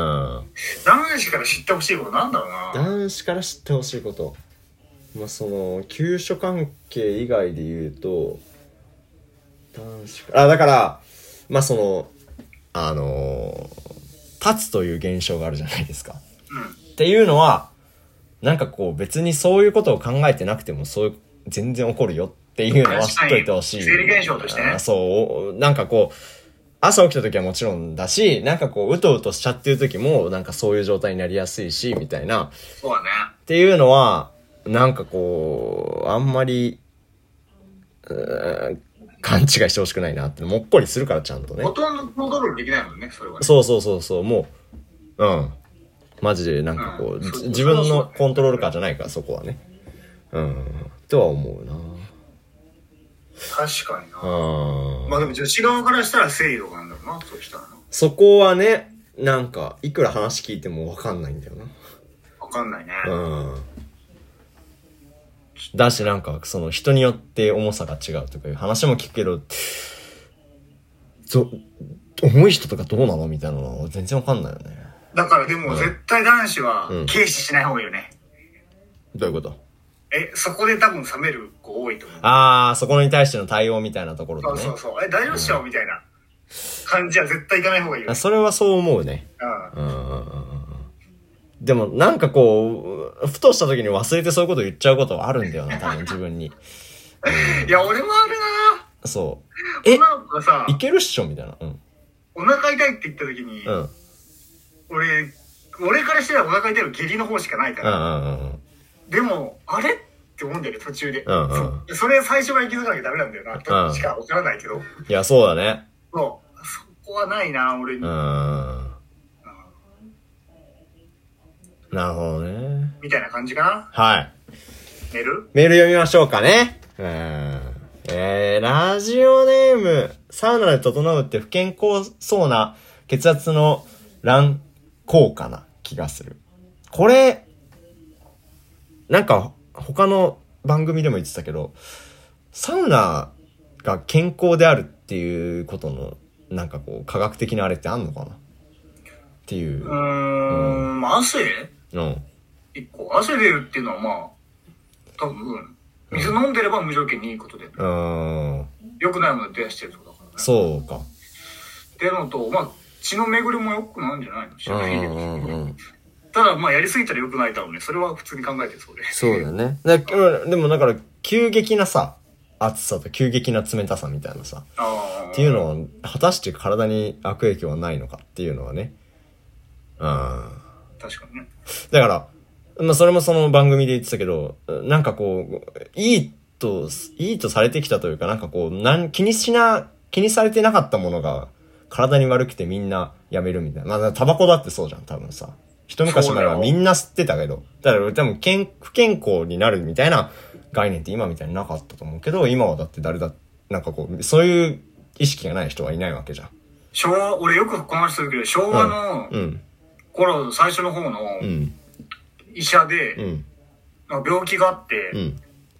男子から知ってほしいことなんだろうな。 男子から知ってほしいこと。まあその、急所関係以外で言うと、男子から、あ、だから、まあその、あのー、立つという現象があるじゃないですか。うん。っていうのは、なんかこう別にそういうことを考えてなくても、そういう、全然起こるよっていうのは知っといてほしい。 生理現象としてね。 そう、なんかこう、朝起きた時はもちろんだし、なんかこう、うとうとしちゃってる時も、なんかそういう状態になりやすいし、みたいな。 そうだね。 っていうのは、なんかこう、あんまり、うーん、勘違いしてほしくないなって、もっこりするからちゃんとね。 ほとんどコントロールできないもんね、それはね。 そうそうそうそう、もう、うん。マジでなんかこう、うん、自分のコントロールカーじゃないから、そこはね。うん。とは思うな。 確かにな。うん。まあでも女子側からしたら正義なんだろうな、そうしたらな。 そこはね、なんか、いくら話聞いてもわかんないんだよな。 わかんないね。うん。 だしなんか、その人によって重さが違うとかいう話も聞くけど、重い人とかどうなのみたいなのは全然わかんないよね。 だからでも絶対男子は軽視しない方がいいよね。 うん、どういうこと？ え、そこで多分冷める子多いと思う。 ああ、そこに対しての対応みたいなところでね。 そうそうそう。え、大丈夫っしょ、うん、みたいな感じは絶対いかない方がいいよ、ね。 それはそう思うね。うん。うん。でもなんかこう、ふとした時に忘れてそういうこと言っちゃうことはあるんだよな、多分自分に。 うん、いや、俺もあるな。そう。え、女の子がさ、いけるっしょみたいな。うん。 お腹痛いって言った時に、うん、俺、俺からしたらお腹痛いの下痢の方しかないから。うんうんうん。でも、あれって思うんだよね、途中で。うんうん、そ, それ最初から気づかなきゃダメなんだよな、としか分からないけど。 いや、そうだね。 そう。そこはないな、俺に。うん。 なるほどね。 みたいな感じかな。 はい。 メールメール読みましょうかね。うん。えー、ラジオネーム、サウナで整うって不健康そうな血圧の乱高下な気がする。これ、なんか他の番組でも言ってたけど、サウナが健康であるっていうことのなんかこう科学的なあれってあんのかなっていう。 うーん、うん、汗うん。一個。汗出るっていうのはまあ、多分、水飲んでれば無条件にいいことで。うん。良くないもの出してるってことだからね。 そうか。 っていうのと、まあ、血の巡りも良くなるんじゃないの知らないけど。うんうんうん、ただ、まあ、やりすぎたら良くないだろうね。それは普通に考えてそうで。 そうだよね。だでも、だから、急激なさ、暑さと急激な冷たさみたいなさ。あっていうのは、果たして体に悪影響はないのかっていうのはね。うん。 確かにね。 だから、まあそれもその番組で言ってたけど、なんかこう、いいと、いいとされてきたというか、なんかこう、なん気にしな、気にされてなかったものが体に悪くてみんなやめるみたいな。まあタバコだってそうじゃん、多分さ。一昔前はみんな吸ってたけど、だから多分健不健康になるみたいな概念って今みたいになかったと思うけど、今はだって誰だ、なんかこう、そういう意識がない人はいないわけじゃん。 昭和、俺よくこの話するけど、昭和の頃、最初の方の医者で、うん、病気があって、うん、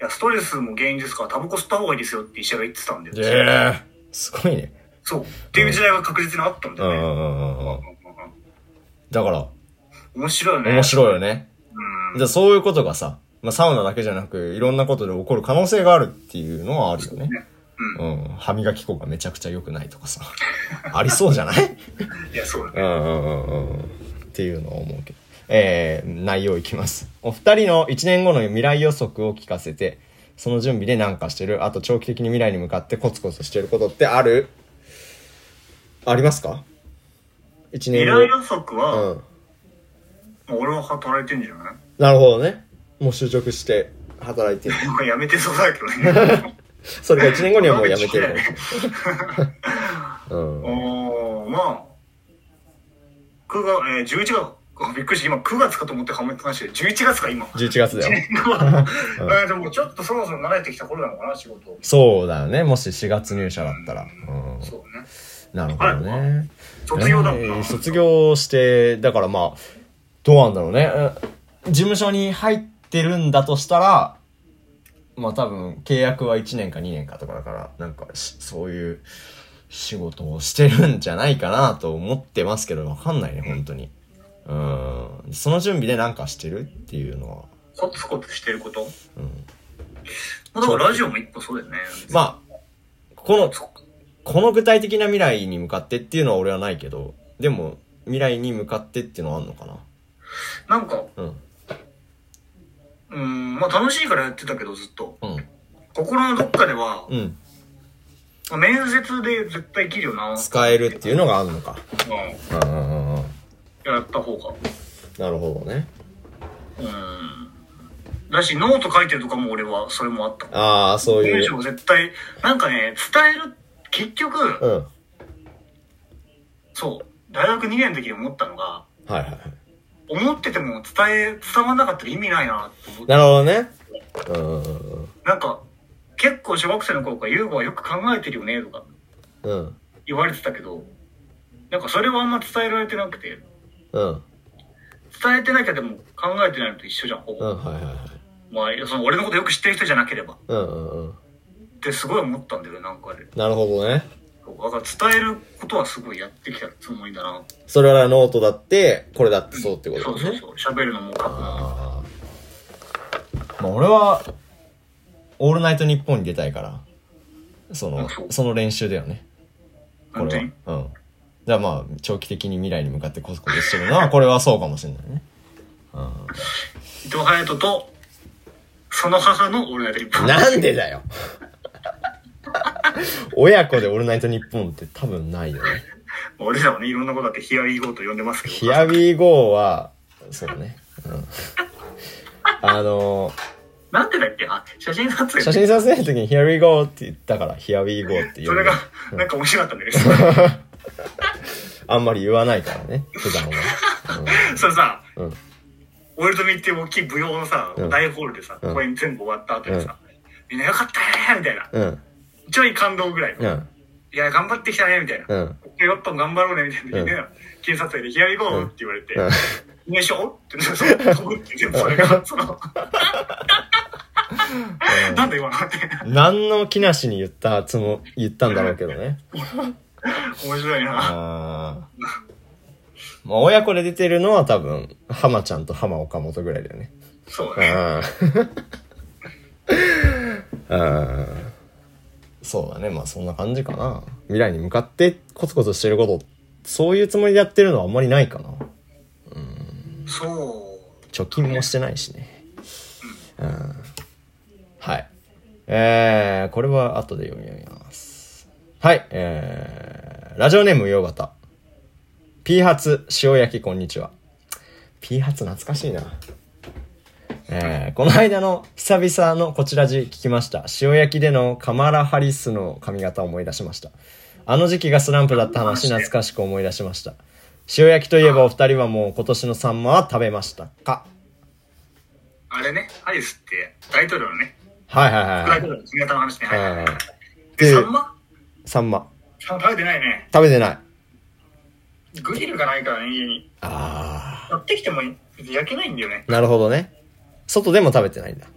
や、ストレスも原因ですから、タバコ吸った方がいいですよって医者が言ってたんだよ。 ええー、すごいね。 そう。っていう時代が確実にあったんだよね。うんうんうんうん。 だから、 面白いよね。 面白いよね。うん。じゃあそういうことがさ、まあサウナだけじゃなく、いろんなことで起こる可能性があるっていうのはあるよね。うん、うん。歯磨き粉がめちゃくちゃ良くないとかさ。ありそうじゃない？ いや、そうだね。 うんうんうんうん。っていうのは思うけど。えー、内容いきます。お二人のいちねんごの未来予測を聞かせて、その準備で何かしてる、あと長期的に未来に向かってコツコツしてることってある？ありますか？いちねんご。 未来予測は、うん、俺は働いてんじゃない？ なるほどね。もう就職して働いてる。 なんか辞めてそうだけどね。 それがいちねんごにはもう辞めてる。うん、 おー、まあ、くがつ、えー、じゅういちがつ、びっくりして、今くがつかと思ってはめてましたけど、じゅういちがつか今。 じゅういちがつだよ。 うん、でもちょっとそろそろ慣れてきた頃なのかな、仕事。 そうだよね。もししがつ入社だったら。うん、 そうね。 なるほどね。 卒業だもんな、えー、卒業して、だからまあ、どうなんだろうね。事務所に入ってるんだとしたら、まあ多分契約はいちねんかにねんかとかだから、なんかそういう仕事をしてるんじゃないかなと思ってますけど、わかんないね、本当に。うん。その準備でなんかしてるっていうのは。 コツコツしてること？うん。だからラジオも一個そうだよね。 まあ、この、この具体的な未来に向かってっていうのは俺はないけど、でも未来に向かってっていうのはあんのかな？ なんか、うん。うん、まあ楽しいからやってたけどずっと。うん。心のどっかでは、うん。面接で絶対切るよな。 使えるっていうのがあるのか。うん。うんうんうん。 やった方が。 なるほどね。 うん。だし、ノート書いてるとかも俺はそれもあった。 ああ、そういう。 文章絶対、なんかね、伝える、結局、うん。そう、大学にねんの時に思ったのが、 はいはいはい。 思ってても伝え、伝わらなかったら意味ないなって思って。 なるほどね。うん。 なんか、結構小学生の頃から優吾はよく考えてるよねとか、うん。言われてたけど、なんかそれはあんま伝えられてなくて、うん。伝えてなきゃでも考えてないのと一緒じゃん、ほぼ。うん、はいはいはい。まあ、その俺のことよく知ってる人じゃなければ。うんうんうん。ってすごい思ったんだよね、なんかで。 なるほどね。 だから伝えることはすごいやってきたつもりだな。 それはノートだって、これだってそうってことだね。 そうそうそう。喋るのも書くのも。 あまあ俺は、オールナイトニッポンに出たいから、その、そ, その練習だよね。これは。うん。じゃあまあ、長期的に未来に向かってコツコツしてるのは、これはそうかもしれないね。 うん。伊藤隼人と、その母のオールナイトニッポン。 なんでだよ。親子でオールナイトニッポンって多分ないよね。 俺らはね、いろんなことだってヒアウィーゴーと呼んでますけど。 ヒアウィーゴーは、そうね。うん、あのー、 なんでだっけ？あ、写真撮影。 写真撮影の時に Here we go って言ったから Here we go って言う。 それが、なんか面白かったんだけど。 あんまり言わないからね、普段は。 うん、それさ、うん、俺と見って大きい舞踊のさ、うん、大ホールでさ、公演全部終わった後にさ、うん、みんなよかったねみたいな。うん、ちょい感動ぐらいの。うん、いや、頑張ってきたねみたいな。うん、よっと頑張ろうねみたいな時にね、記念撮影で Here we go って言われて、うん、ねしょって、その、飛ぶって全部それが、その、なんだ今のって。 何の気なしに言ったつも、言ったんだろうけどね。 面白いな。 あまあ、親子で出てるのは多分、浜ちゃんと浜岡本ぐらいだよね。 そうだね。 あそうだね。まあそんな感じかな。未来に向かってコツコツしてること、そういうつもりでやってるのはあんまりないかな。 うん。そう。 貯金もしてないしね。うん。うんはい。えー、これは後で読み上げます。はい。えー、ラジオネーム洋型。ピー発塩焼きこんにちは。ピー発懐かしいな。えー、この間の久々のこちらじ聞きました。塩焼きでのカマラハリスの髪型を思い出しました。あの時期がスランプだった話懐かしく思い出しました。塩焼きといえばお二人はもう今年のサンマは食べましたか？ あれね、ハリスって大統領のね。 はいはいはい。 大統領の髪型の話ね。はいはいはい。で、サンマ？ サンマ。 サンマ食べてないね。 食べてない。 グリルがないからね、家に。ああ。買ってきても焼けないんだよね。 なるほどね。外でも食べてないんだ。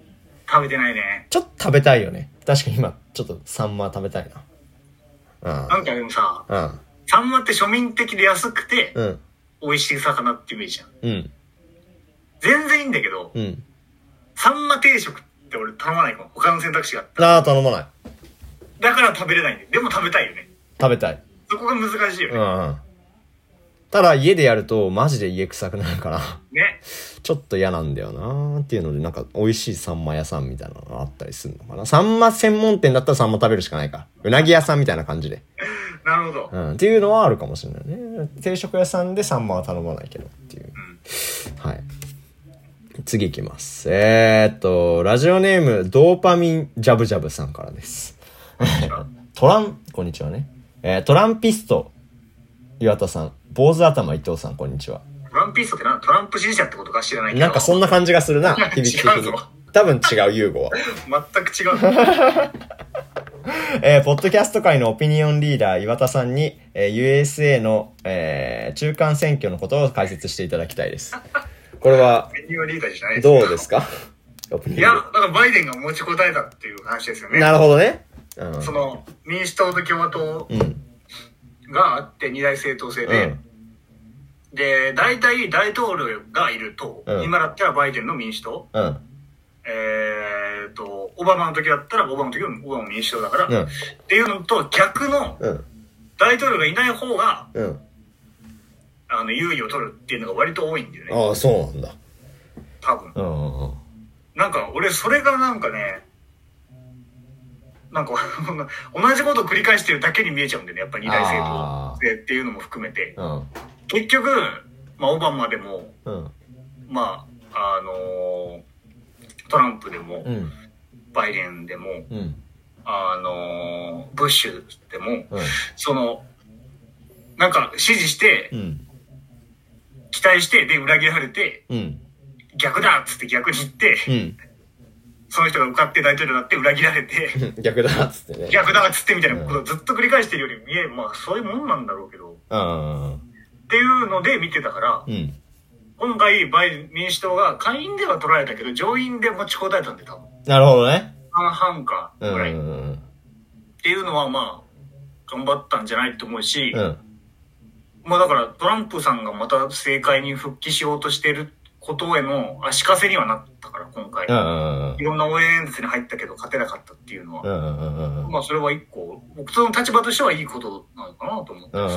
食べてないね。 ちょっと食べたいよね。確かに今、ちょっとサンマ食べたいな。うん。なんかでもさ、 うん。 サンマって庶民的で安くて、 うん。 美味しい魚ってイメージじゃん。 うん。 全然いいんだけど、 うん。 サンマ定食って俺頼まないかも。他の選択肢があったら。ああ、頼まない。 だから食べれないんで。でも食べたいよね。 食べたい。 そこが難しいよね。 うんうん。ただ家でやるとマジで家臭くなるから。 ね。 ちょっと嫌なんだよなーっていうので、なんか美味しいサンマ屋さんみたいなのがあったりするのかな。サンマ専門店だったらサンマ食べるしかないか。うなぎ屋さんみたいな感じで。 なるほど。 うん。っていうのはあるかもしれないね。定食屋さんでサンマは頼まないけどっていう。うん、はい。次行きます。えー、っと、ラジオネーム、ドーパミンジャブジャブさんからです。トラン、こんにちはね。えー、トランピスト、岩田さん、坊主頭伊藤さん、こんにちは。 トランピストってな、トランプ支持者ってことか知らないけど。 なんかそんな感じがするな、響き的に。多分違う、ユーゴは。 全く違う。 えー、ポッドキャスト界のオピニオンリーダー岩田さんに、えー、ユーエスエー の、えー、中間選挙のことを解説していただきたいです。これは、どうですか？ いや、だからバイデンが持ちこたえたっていう話ですよね。 なるほどね。 うん、その、民主党と共和党があって二大政党制で、うん、で、大体大統領がいる党、うん、今だったらバイデンの民主党、うん、えーと、オバマの時だったらオバマの時はオバマの民主党だから、うん、っていうのと逆の、大統領がいない方が、うん、あの、優位を取るっていうのが割と多いんだよね。 ああ、そうなんだ。 多分。うんうん、なんか、俺、それがなんかね、なんか、同じことを繰り返してるだけに見えちゃうんだよね。やっぱり二大政党制っていうのも含めて。うん、結局、まあ、オバマでも、うん、まあ、あのー、トランプでも、うん、バイデンでも、うん、あのー、ブッシュでも、うん、その、なんか支持して、うん、期待して、で、裏切られて、うん、逆だっつって逆に言って、うん、その人が受かって大統領になって裏切られて、 逆だっつってね。 逆だっつってみたいなことをずっと繰り返してるように見える。まあ、そういうもんなんだろうけど、っていうので見てたから、うん、今回、バイデン民主党が下院では取られたけど、上院で持ちこたえたんで、多分。 なるほどね。 半々か、ぐらい。っていうのは、まあ、頑張ったんじゃないと思うし、うん、まあだからトランプさんがまた政界に復帰しようとしてることへの足かせにはなったから、今回。いろんな応援演説に入ったけど勝てなかったっていうのは。まあそれは一個、僕の立場としてはいいことなのかなと思ってます。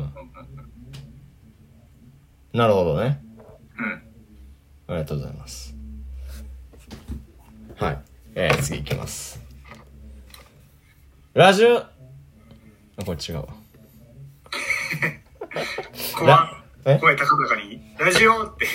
なるほどね。うん。ありがとうございます。はい。えー、次いきます。ラジオ、あ、これ違うわ。 声、声高々に、ラジオって。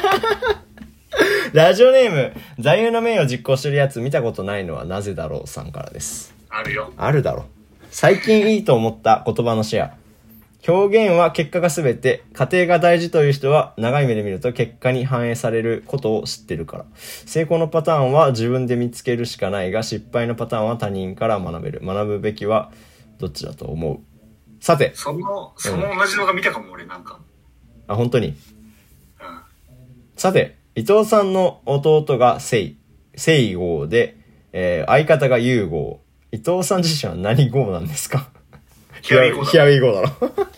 ラジオネーム、座右の銘を実行してるやつ見たことないのはなぜだろうさんからです。 あるよ。 あるだろう。最近いいと思った言葉のシェア。表現は結果が全て、過程が大事という人は長い目で見ると結果に反映されることを知ってるから。成功のパターンは自分で見つけるしかないが、失敗のパターンは他人から学べる。学ぶべきはどっちだと思う。さて。 その、その同じのが見たかも、うん、俺なんか。 あ、本当に。うん。さて、伊藤さんの弟が聖、聖号で、えー、相方が優号。伊藤さん自身は何号なんですか？ ヒアウィー号だろ。 ヒアウィー号だろ。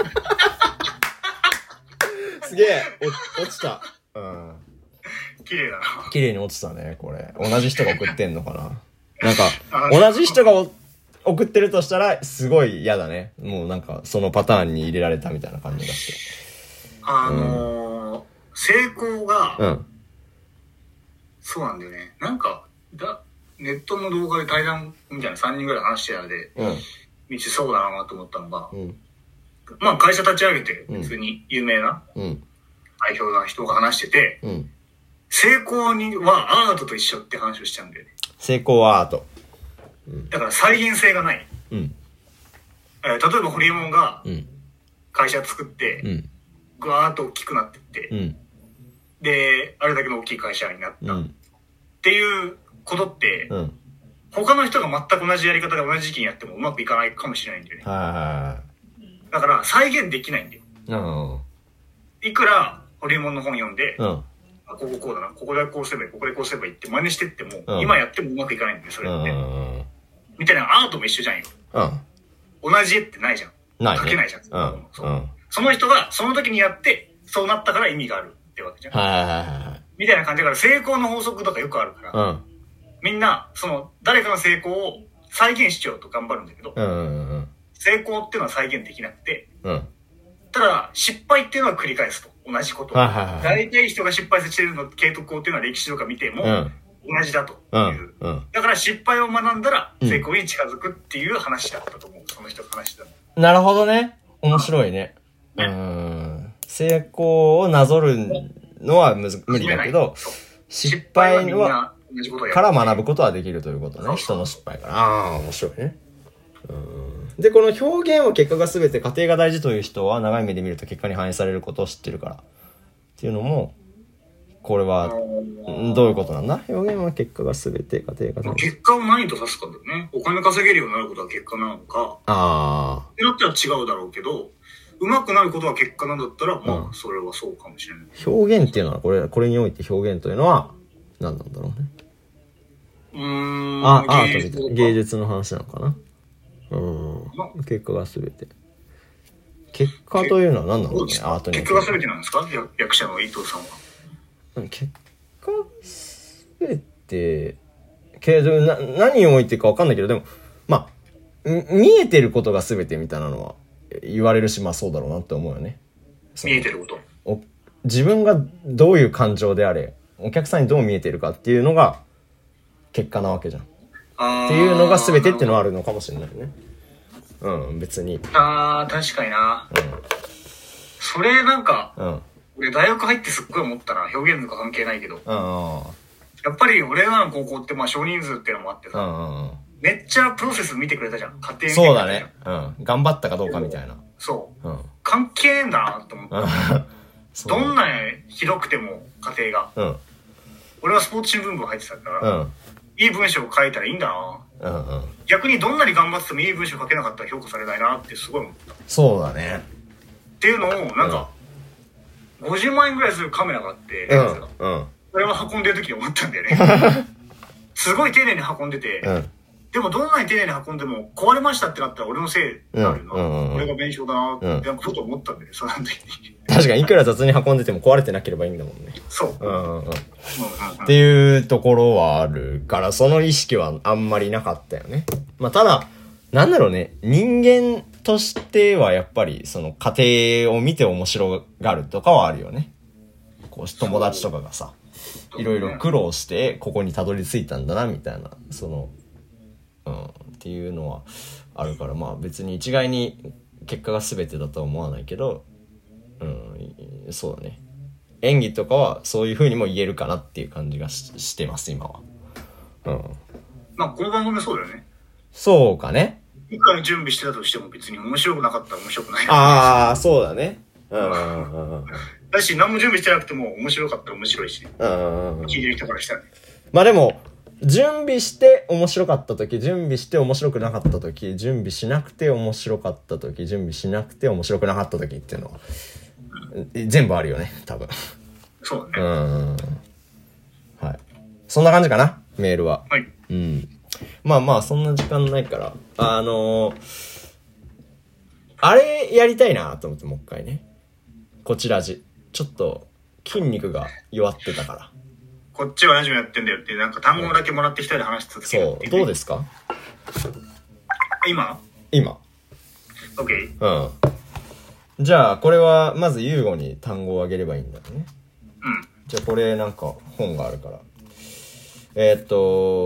すげえ、落ちた。うん。 綺麗だな。 綺麗に落ちたね、これ。同じ人が送ってんのかな。なんか、同じ人が送ってるとしたら、すごい嫌だね。もうなんか、そのパターンに入れられたみたいな感じがして。 あのー、うん、成功が、うん。そうなんだよね。なんか、だ、ネットの動画で対談みたいなさんにんぐらい話してたので、うん。道そうだなと思ったのが、うん、まあ会社立ち上げて普通に有名な代表な人が話してて、うん、成功にはアートと一緒って話をしちゃうんだよね。 成功はアート。 うん、だから再現性がない。うん、えー、例えばホリエモンが会社作って、うん、ぐわーっと大きくなってって、うん、で、あれだけの大きい会社になった、うん、っていうことって、うん、他の人が全く同じやり方で同じ時期にやってもうまくいかないかもしれないんだよね。はい。だから再現できないんだよ。うん。いくらホリエモンの本読んで、うん、 こここうだな、ここでこうすればいい、ここでこうすればいいって真似してっても、うん、今やってもうまくいかないんだよ、それって。うん、みたいなアートも一緒じゃんよ。うん、同じ絵ってないじゃん。ない、ね。描けないじゃん。うんそう、うん。その人がその時にやって、そうなったから意味があるってわけじゃん。はいはいはい。みたいな感じだから成功の法則とかよくあるから、うん、みんな、その、誰かの成功を再現しちゃうと頑張るんだけど、うんうんうん、成功っていうのは再現できなくて、うん、ただ、失敗っていうのは繰り返すと。同じことを。はいはいはい、大体人が失敗してるの、継続っていうのは歴史とか見ても、同じだという、うんうん。だから失敗を学んだら成功に近づくっていう話だったと思う。うん、その人の話だ。 なるほどね。面白いね。ねうん。成功をなぞるのはむず無理だけど、失敗はから学ぶことはできるということね。そうそう人の失敗から。ああ、面白いね。うんで、この表現は結果が全て、過程が大事という人は長い目で見ると結果に反映されることを知ってるから。っていうのも、これは、どういうことなんだ？表現は結果が全て、過程が大事。結果を何と指すかだよね。お金稼げるようになることは結果なのか。ああ。ってなっては違うだろうけど、上手くなることは結果なんだったら、まあ、うん、それはそうかもしれない。 表現っていうのは、これ、これにおいて表現というのは、何なんだろうね。うーん。あ、アートみたいな。芸術の話なのかな。うん。結果がすべて。結果というのは何なんだろうね、アートに。 結果がすべてなんですか？役者の伊藤さんは。 結果がすべて、けどな、何を置いてるか分かんないけど、でも、まあ、見えてることがすべてみたいなのは言われるし、まあそうだろうなって思うよね。 見えてることお自分がどういう感情であれ、お客さんにどう見えてるかっていうのが結果なわけじゃん。っていうのが全てっていうのはあるのかもしれないね。うん、別に。 あー、確かにな。うん。それなんか、うん、俺大学入ってすっごい思ったな。表現とか関係ないけど。うん、やっぱり俺らの高校ってまあ少人数っていうのもあってさ、うん、めっちゃプロセス見てくれたじゃん。家庭見てくれたじゃん。 そうだね。うん。頑張ったかどうかみたいな。 そう。うん、関係ねえんだなって思った。どんなひどくても家庭が。うん、俺はスポーツ新聞部入ってたから、うんいい文章を書いたらいいんだな、うんうん、逆にどんなに頑張っててもいい文章書けなかったら評価されないなってすごい思った。 そうだねっていうのをなんか、うん、ごじゅうまんえんぐらいするカメラがあってレンズが、うんうん、それを運んでる時に思ったんだよねすごい丁寧に運んでて、うん、でもどんなに丁寧に運んでも壊れましたってなったら俺のせいになるな、うんうんうん、俺が弁償だなって、うん、なんかふと思ったんだよねその時に確かにいくら雑に運んでても壊れてなければいいんだもんね。そう。うんうんうん。っていうところはあるから、その意識はあんまりなかったよね。まあただ、なんだろうね、人間としてはやっぱりその家庭を見て面白がるとかはあるよね。こう友達とかがさ、いろいろ苦労してここにたどり着いたんだなみたいな、その、うん、っていうのはあるから、まあ別に一概に結果が全てだとは思わないけど、うん、そうだね。演技とかはそういう風にも言えるかなっていう感じが し, してます今は。うん。 まあこの番組そうだよね。 そうかね。 一回準備してたとしても別に面白くなかったら面白くない。 ああ、そうだね。うんうんうん。 だし何も準備してなくても面白かったら面白いし。うんうんうん。聞いてる人からしたらね。 まあでも準備して面白かった時、準備して面白くなかった時、準備しなくて面白かった時、準備しなくて面白くなかった時っていうのは。全部あるよね多分。 そうだね。うんはいそんな感じかなメールは。 はいうんまあまあそんな時間ないからあのー、あれやりたいなと思ってもう一回ねこちらじちょっと筋肉が弱ってたからこっちはラジオやってんだよってなんか単語だけもらってきたり話し続けるっていう、ね、 そうどうですか今今 OK うんじゃあこれはまずユーゴに単語をあげればいいんだよね。 うん。 じゃあこれなんか本があるから。えー、っ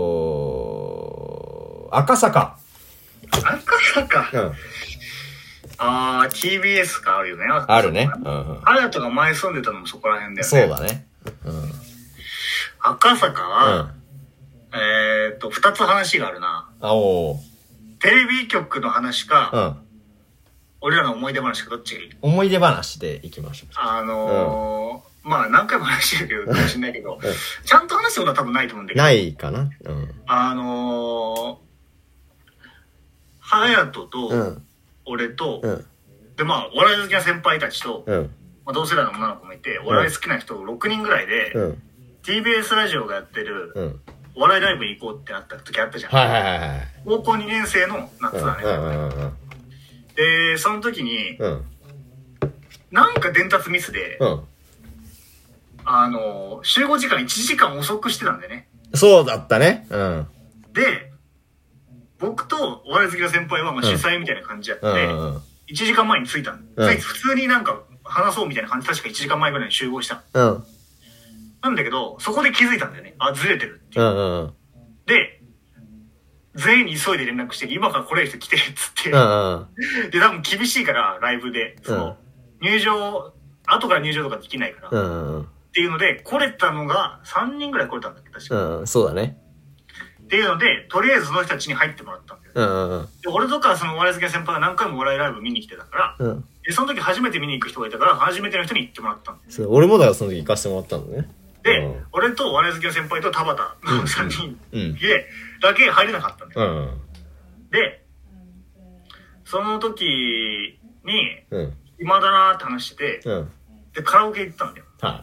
と赤坂。 赤坂。うん。ああ ティービーエス かあるよね。 あるね。うんうん。 あやとが前住んでたのもそこら辺だよね。 そうだね。うん。 赤坂は、うん、えー、っと二つ話があるな。 あおー。 テレビ局の話か。うん。俺らの思い出話かどっちがいい？ 思い出話でいきましょう。 あのーうん、まあ何回も話してるけどかもしれないけど、うん、ちゃんと話すことは多分ないと思うんだけど。 ないかな。うん、 あのー、隼人と俺と、うん、でまあ笑い好きな先輩たちと、うん、 まあ、同世代の女の子もいて、お笑い好きな人ろくにんぐらいで、うん、ティービーエス ラジオがやってる、うん、お笑いライブに行こうってなった時あったじゃん。 はいはいはいはい。 高校にねん生の夏だね。うんうんうんうん、で、その時に、うん、なんか伝達ミスで、うん、あの、集合時間いちじかん遅くしてたんだよね。 そうだったね。うん。 で、僕とお笑い好きな先輩はまあ主催みたいな感じやって、うんうんうん、いちじかんまえに着いたんだ、うん、普通になんか話そうみたいな感じで確かいちじかんまえぐらいに集合した。うん。なんだけど、そこで気づいたんだよね。あ、ずれてるっていう。うんうん、で、全員に急いで連絡して、今から来れる人来て、っつって。うんうん、で、多分厳しいから、ライブで。その、うん、入場、後から入場とかできないから。うんうん、っていうので、来れたのがさんにんぐらい来れたんだっけ、確か。 うん、そうだね。 っていうので、とりあえずその人たちに入ってもらったんだよ。うんうんうん、で俺とかそのお笑い好きな先輩が何回もお笑いライブ見に来てたから、うん、でその時初めて見に行く人がいたから、初めての人に行ってもらったんだよ。 そう、俺もだよ、その時行かせてもらったのね。 で、うん、俺とお笑い好きな先輩と田畑のさんにんでだけ入れなかったんだよ。うんうん、で、その時に、うん、今だなーって話してて、うん、で、カラオケ行ったんだよ。はい、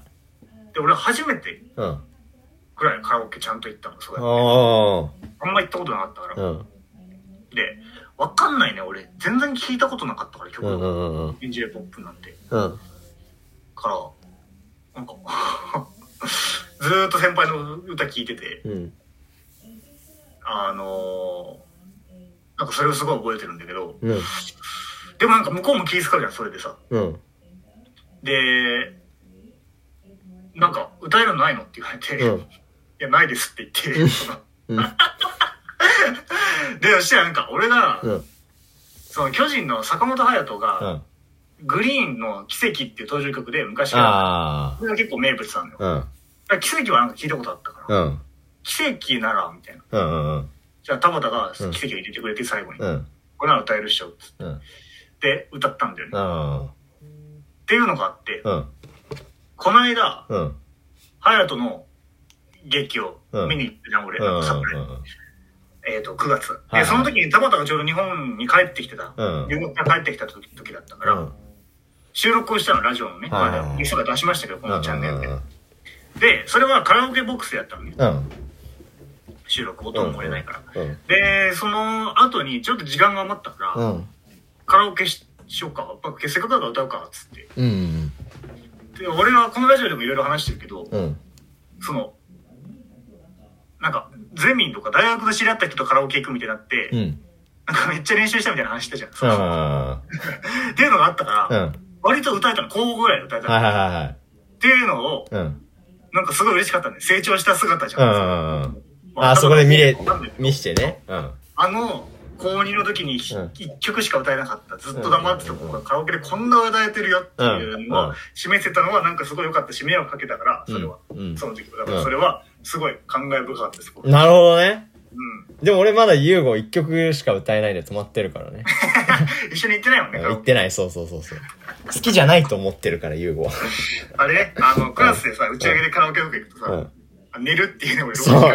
で、俺初めて、うんくらいカラオケちゃんと行ったの、そうやって。あんま行ったことなかったから。うん、で、わかんないね、俺。全然聞いたことなかったから、曲。エンジェルポップなんて。うん、から、なんか、ずーっと先輩の歌聞いてて、うん、あのー、なんかそれをすごい覚えてるんだけど、うん、でもなんか向こうも気遣うじゃん、それでさ。うん、で、なんか歌えるのないのって言われて、うん、いや、ないですって言って、うん、で、そしたらなんか俺が、うん、その巨人の坂本勇人が、うん、グリーンの奇跡っていう登場曲で昔から、それが結構名物なんだよ。うん、だから奇跡はなんか聞いたことあったから、うん、奇跡なら、みたいな。うんうんうん、じゃあ田畑が奇跡を入れてくれて最後に、うん、これなら歌えるっしょ、つって、うん、で、歌ったんだよね。うん、っていうのがあって、うん、この間、うん、隼人の劇を見に行ってた、うん、俺、なんか桜井、うんうん、えっ、ー、と、くがつ。はいはい、で、その時に田畑がちょうど日本に帰ってきてた、留学から帰ってきた時, 時だったから、うん、収録をしたの、ラジオのね、はいはいはい、ゲストが出しましたけど、このチャンネルで。うんうんうん、で、それはカラオケボックスでやったのね。うん、収録、音も漏れないから、うんうん。で、その後にちょっと時間が余ったから、うん、カラオケ し, しようか、せっかくだから歌うか、つって。うんうん、で俺はこのラジオでもいろいろ話してるけど、うん、そのなんかゼミンとか大学で知り合った人とカラオケ行くみたいになって、うん、なんかめっちゃ練習したみたいな話したじゃん。そうそうっていうのがあったから、うん、割と歌えたの、高校ぐらいで歌えたの、はいはいはい、っていうのを、うん、なんかすごい嬉しかったね。成長した姿じゃん。うんうんうん、まあ、あそこで見れ見してね、うん、あの高にの時に一曲しか歌えなかった、ずっと黙ってた子がカラオケでこんな歌えてるよっていうのを示せたのはなんかすごい良かったし、迷惑かけたから、それは、うん、その時だからそれはすごい感慨深かったです。なるほどね。うん、でも俺まだユーゴ一曲しか歌えないで止まってるからね。一緒に行ってないもんね。行ってない、そうそうそうそう。好きじゃないと思ってるからユーゴは。あれあのクラスでさ、打ち上げでカラオケとか行くとさ、うん、寝るっていうのもそう。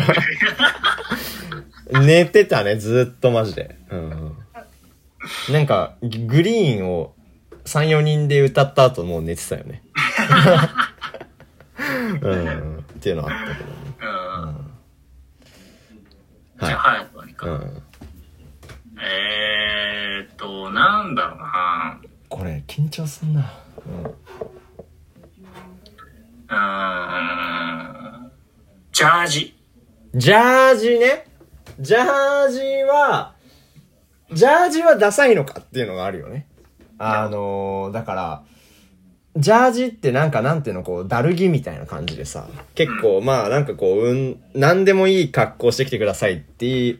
寝てたね、ずっとマジで。うん、なんか、グリーンをさん、よにんで歌った後もう寝てたよね。うん、っていうのはあったけどね。うんうん、じゃあ、早く何か。うん、えーっと、なんだろうな。これ、緊張すんな。うん。うーん。ジャージ。ジャージね。ジャージは、ジャージはダサいのかっていうのがあるよね。あのー、だから、ジャージってなんかなんていうの、こう、だるぎみたいな感じでさ、結構、まあなんかこう、うん、なんでもいい格好してきてくださいっていう、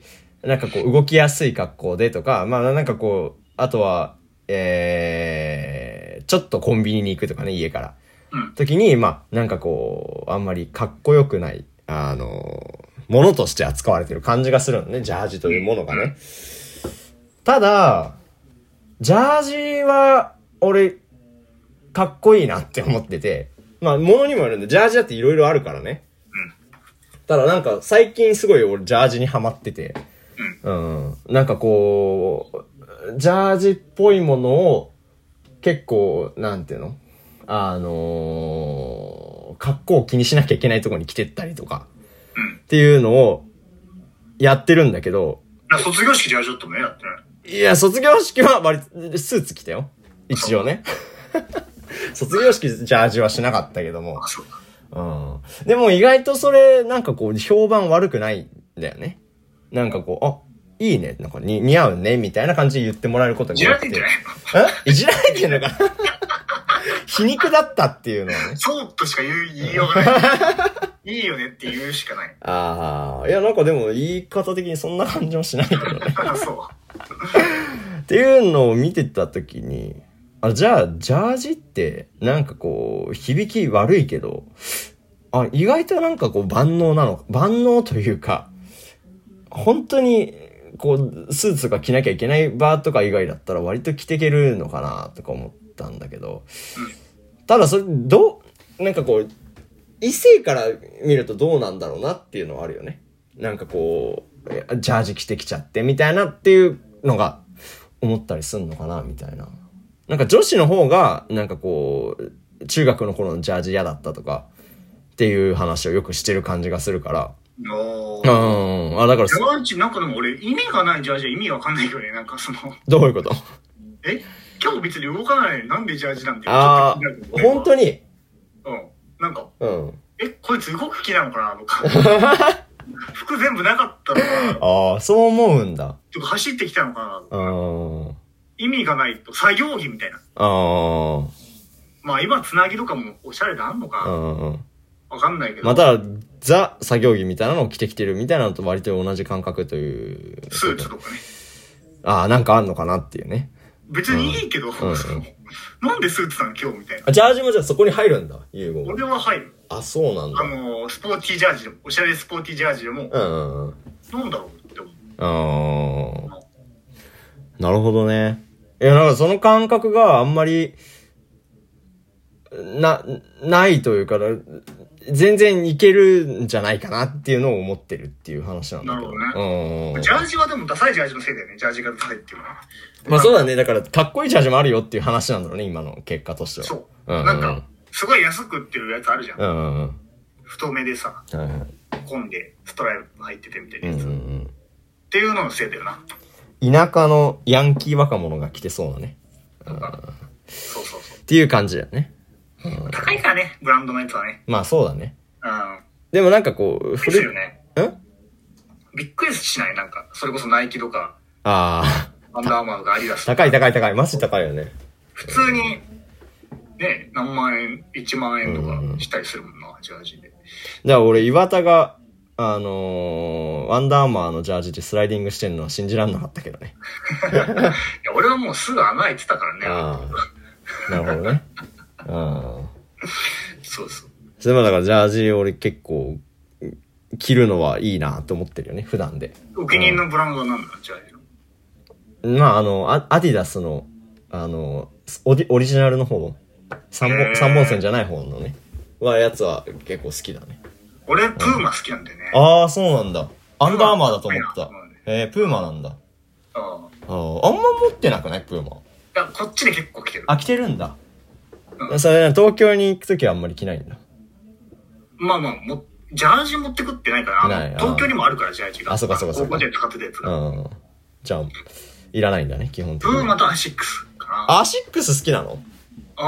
なんかこう、動きやすい格好でとか、まあなんかこう、あとは、えー、ちょっとコンビニに行くとかね、家から。うん、時に、まあなんかこう、あんまりかっこよくない、あのー、ものとして扱われてる感じがするのね、ジャージというものがね。ただ、ジャージは、俺、かっこいいなって思ってて、まあ、ものにもよるんで、ジャージだっていろいろあるからね。ただなんか、最近すごい俺、ジャージにハマってて、うん。なんかこう、ジャージっぽいものを、結構、なんていうの？ あのー、格好を気にしなきゃいけないところに来てったりとか、うん、っていうのをやってるんだけど。 卒業式じゃちょっとね、やってない。 いや、卒業式は割とスーツ着たよ。一応ね。卒業式ジャージはしなかったけども。 あ、そうか。 うん。でも意外とそれ、なんかこう、評判悪くないんだよね。なんかこう、あ、いいね、なんかに似合うね、みたいな感じで言ってもらえることが多くて。いじられてんじゃないの？え？いじられてんのかな皮肉だったっていうのはね。 そうとしか言う、言いようがない。いいよねって言うしかない。 ああ、いやなんかでも言い方的にそんな感じもしないけどね。 そう。 っていうのを見てたときに、あ、じゃあ、ジャージって、なんかこう、響き悪いけど、あ、意外となんかこう万能なの、万能というか、本当に、こう、スーツとか着なきゃいけない場とか以外だったら割と着てけるのかなとか思ったんだけど、ただそれ、どう、なんかこう、異性から見るとどうなんだろうなっていうのはあるよね。なんかこう、ジャージ着てきちゃってみたいなっていうのが思ったりすんのかなみたいな。なんか女子の方が、なんかこう、中学の頃のジャージ嫌だったとかっていう話をよくしてる感じがするから。 おー。うん。あ、だから。 ジャージ、なんかでも俺、意味がないジャージは意味わかんないけどね、なんかその。 どういうこと？ え？今日別に動かないのになんでジャージなんて。 ああ、本当に？ うん。なんか、 うん。 え、こいつ動く気なのかなとか。服全部なかったのかな。ああ、そう思うんだ。 ちょっと走ってきたのかなとか。 うん。 意味がないと、作業着みたいな。 ああ。 まあ今、つなぎとかもおしゃれであんのか。 うん。 わかんないけど。 また、ザ作業着みたいなのを着てきてるみたいなのと割と同じ感覚という。 スーツとかね。 ああ、なんかあんのかなっていうね。 別にいいけど、うんうんうん、なんでスーツなの今日みたいな。 ジャージもじゃあそこに入るんだ、ユーゴも。 俺は入る。 あ、そうなんだ。 あの、スポーティージャージでも、おしゃれスポーティージャージでも、うんうんうん。なんだろうって思う。 ああ。なるほどね。いや、なんかその感覚があんまり、な、ないというか、全然いけるんじゃないかなっていうのを思ってるっていう話なんだけど。 なるほどね。うん。ジャージはでもダサいジャージのせいだよね。ジャージがダサいっていうのは。 まあそうだね。だからかっこいいジャージもあるよっていう話なんだろうね。今の結果としては。 そう。うんうん、なんか、すごい安く売ってるやつあるじゃん。うんうんうん、太めでさ、はいはい、混んでストライプ入っててみたいなやつ、うんうんうん。っていうののせいだよな。 田舎のヤンキー若者が着てそうなね。うん、 そうそうそう。 っていう感じだよね。 うん、高いからね、ブランドのやつはね。 まあそうだね。 うん。 でもなんかこう、 古いよね。 ん？ びっくりしない？なんか、それこそナイキとか。 ああ。アンダーアーマーとかアディダス。 高い高い高い。マジ高いよね。 普通に、ね、何万円、いちまん円とかしたりするもんな、うん、ジャージで。 じゃあ俺、岩田が、あのー、アンダーアーマーのジャージでスライディングしてんのは信じらんなかったけどね。 いや、俺はもうすぐ穴開いてたからね。 ああ。なるほどね。ああ。 そうそう。 それもだからジャージ俺結構着るのはいいなと思ってるよね、普段で。 お気に入りのブランドは何だ、ジャージの？まああの、ア, アディダスの、あの、オリ、オリジナルの方、三本、三本線じゃない方のね、はやつは結構好きだね。 俺、プーマ好きなんだよね。 ああ、そうなんだ。アンダーアーマーだと思った。えー、プーマなんだ。ああ。あんま持ってなくないプーマ。いや、こっちで結構着てる。 あ、着てるんだ。うん、それ、東京に行くときはあんまり着ないんだ。 まあまあ、も、ジャージ持ってくってないから、ない東京にもあるから、ジャージが。 あ、そうかそうかそうか。 高校で使ってたやつが。うん。 じゃあ、いらないんだね、基本的に。 プーマとアシックスかな。 アシックス好きなの？ うん。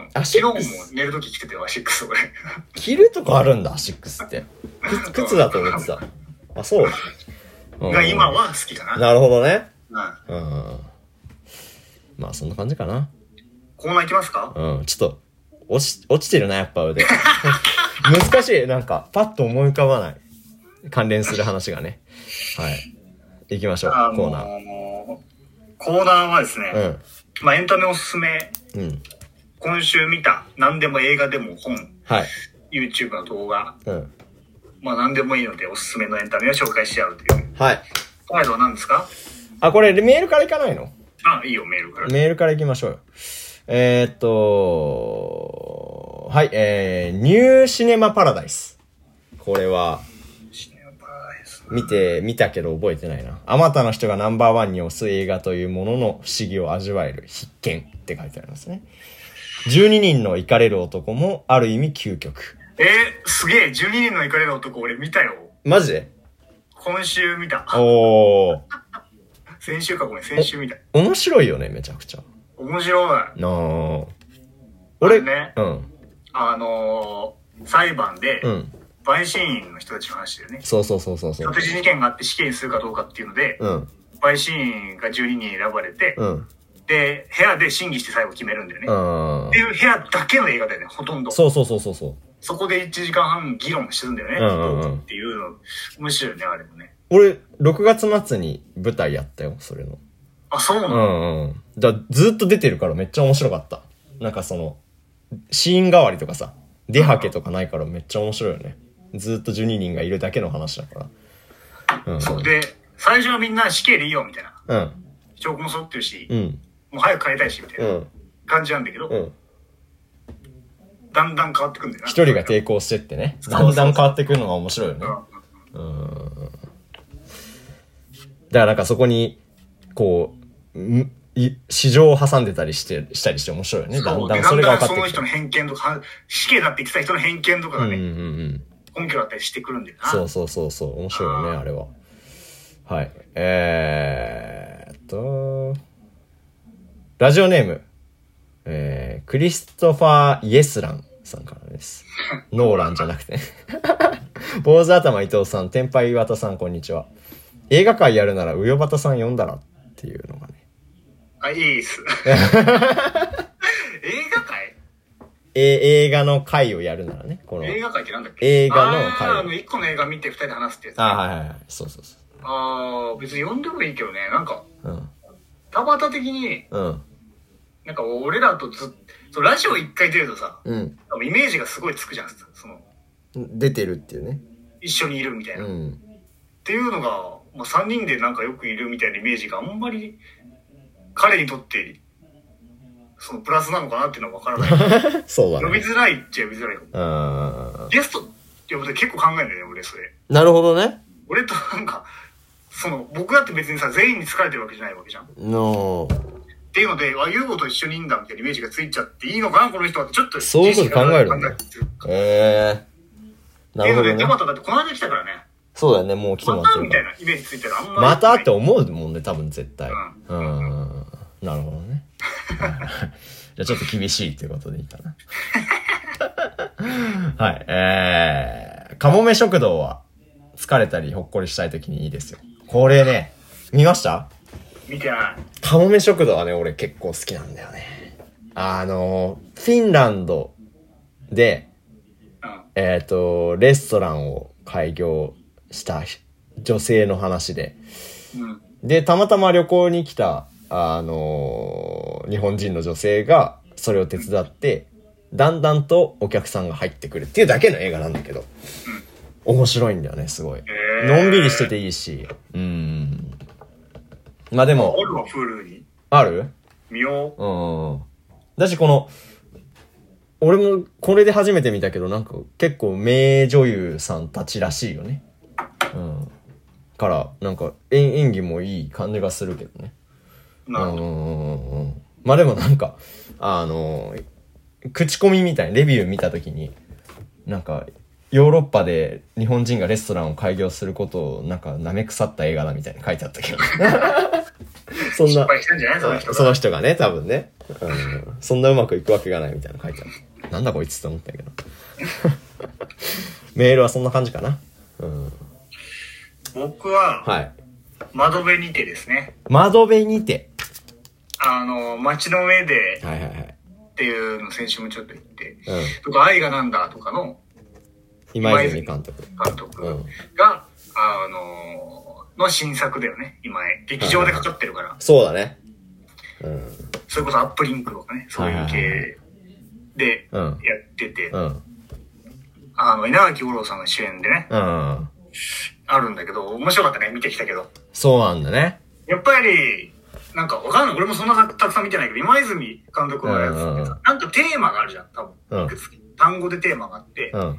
アシックス。昨日も寝るとき着てたよ、アシックス、俺。 着るとこあるんだ、アシックスって。靴だと思ってた。あ、そう。 が今は好きかな。 なるほどね。 うん。 うん。まあ、そんな感じかな。 コーナー行きますか？ うん、ちょっと、落ち、落ちてるな、やっぱ腕。難しい。なんか、パッと思い浮かばない。関連する話がね。はい。行きましょう、 あのー、 コーナー。 コーナーはですね、うん、まあエンタメおすすめ、うん、今週見た、何でも映画でも本、はい、YouTube の動画、うん、まあ何でもいいのでおすすめのエンタメを紹介し合うという。 はい。 今回は何ですか？ あ、これメールから行かないの？ あ、いいよ、メールから。 メールから行きましょうよ。えー、っと、はい、えー、ニューシネマパラダイス。これは、 シネマパラダイス。 見て、見たけど覚えてないな。あまたの人がナンバーワンに推す映画というものの不思議を味わえる必見って書いてありますね。じゅうににんのイカれる男もある意味究極。 えー、すげえ、じゅうににんのイカれる男俺見たよ。 マジで？ 今週見た。 おー。 先週かごめん、先週見た。 面白いよね、めちゃくちゃ。 面白い。 なあ。俺ね、うん。あのー、裁判で、うん。陪審員の人たちの話だよね。 そうそうそうそうそう。 殺人事件があって死刑にするかどうかっていうので、うん。陪審員がじゅうににん選ばれて、うん。で、部屋で審議して最後決めるんだよね。うん。っていう部屋だけの映画だよね、ほとんど。そうそうそうそうそう。そこでいちじかんはん議論してるんだよね。うんうん、っていうの、面白いよね、あれもね。 俺、ろくがつ末に舞台やったよ、それの。 あ、そうなの？ うんうん。だずっと出てるからめっちゃ面白かった。なんかその、シーン代わりとかさ、出はけとかないからめっちゃ面白いよね。ずっとじゅうににんがいるだけの話だから。 うん、そう。で、最初はみんな死刑でいいよ、みたいな。うん。証拠も揃ってるし、うん。もう早く帰りたいし、みたいな感じなんだけど、うん。だんだん変わってくんだよな。 一人が抵抗してってね。だんだん変わってくるのが面白いよね。うん。うん。だからなんかそこに、こう、ん市場を挟んでたりして、したりして面白いよね。だんだんそれが分かってきて。 その人の偏見とか、死刑だって言ってた人の偏見とかがね、うんうんうん、根拠だったりしてくるんだよな。 そうそうそうそう、面白いよね、あれは。はい。えーっと、ラジオネーム、えー、クリストファー・イエスランさんからです。ノーランじゃなくて。坊主頭伊藤さん、天杯岩田さん、こんにちは。映画界やるなら、上端さん呼んだらっていうのがね。 あ、いいっす。映画界え、映画の回をやるならね。この映画界ってなんだっけ？ 映画の回。 ああ、一個の映画見て二人で話すってやつ、ね。 あはいはいはい。そうそうそう。 ああ、別に呼んでもいいけどね。なんか、うん、田畑的に、うん、なんか俺らとずっと、ラジオ一回出るとさ、うん、イメージがすごいつくじゃん。その出てるっていうね。 一緒にいるみたいな。うん、っていうのが、まあ、さんにんでなんかよくいるみたいなイメージがあんまり、彼にとって、そのプラスなのかなっていうのは分からない。 そうだね。 呼びづらいっちゃ呼びづらいよ。うん。ゲストって呼ぶと結構考えるんだよね、俺それ。 なるほどね。 俺となんか、その、僕だって別にさ、全員に疲れてるわけじゃないわけじゃん。 のー。 っていうので、あ、ユーゴと一緒にいいんだみたいなイメージがついちゃっていいのかな、この人はってちょっと。 そういうこと考えるんだ。へえー。なるほどね。 っていうので、田畑だってこの間来たからね。 そうだよね、もう来てもらってる。 またみたいなイメージついてるあんまり。 またって思うもんね、多分絶対。うん。うんなるほどね。じゃあちょっと厳しいっていうことでいいかな。はい。えー、かもめ食堂は疲れたりほっこりしたいときにいいですよ。これね、見ました？ 見てない。 かもめ食堂はね、俺結構好きなんだよね。あの、フィンランドで、うん、えっと、レストランを開業した女性の話で、うん、で、たまたま旅行に来たあのー、日本人の女性がそれを手伝って、だんだんとお客さんが入ってくるっていうだけの映画なんだけど、面白いんだよね、すごい。のんびりしてていいし、うん。まあでも。 あるわ、Huluに。 ある？ 見よう。うん。だし、この、俺もこれで初めて見たけど、なんか結構名女優さんたちらしいよね。うん。から、なんか演技もいい感じがするけどね。なるほど。うんうんうん。まあでもなんか、あの、口コミみたいな、レビュー見たときに、なんか、ヨーロッパで日本人がレストランを開業することをなんか舐め腐った映画だみたいに書いてあったけど。そんな、 失敗したんじゃないその人が。 その人がね、多分ね、うん。そんなうまくいくわけがないみたいな書いてあった。なんだこいつって思ったけど。メールはそんな感じかな。うん、 僕は、はい。窓辺にてですね。 窓辺にて。 あの、街の上で、はいはいはい。っていうの先週もちょっと言って、うん、とか、愛がなんだとかの、 今泉監督。 監督が、うん、あの、の新作だよね、今へ。劇場でかかってるから。はいはいはい、そうだね。うん。それこそアップリンクとかね、そういう系でやってて、うんうん、あの、稲垣吾郎さんが主演でね、うん、あるんだけど、面白かったね、見てきたけど。そうなんだね。やっぱり、なんかわかんない。俺もそんなたくさん見てないけど、今泉監督のやつってさ、なんかテーマがあるじゃん、多分。いくつか単語でテーマがあって、うん、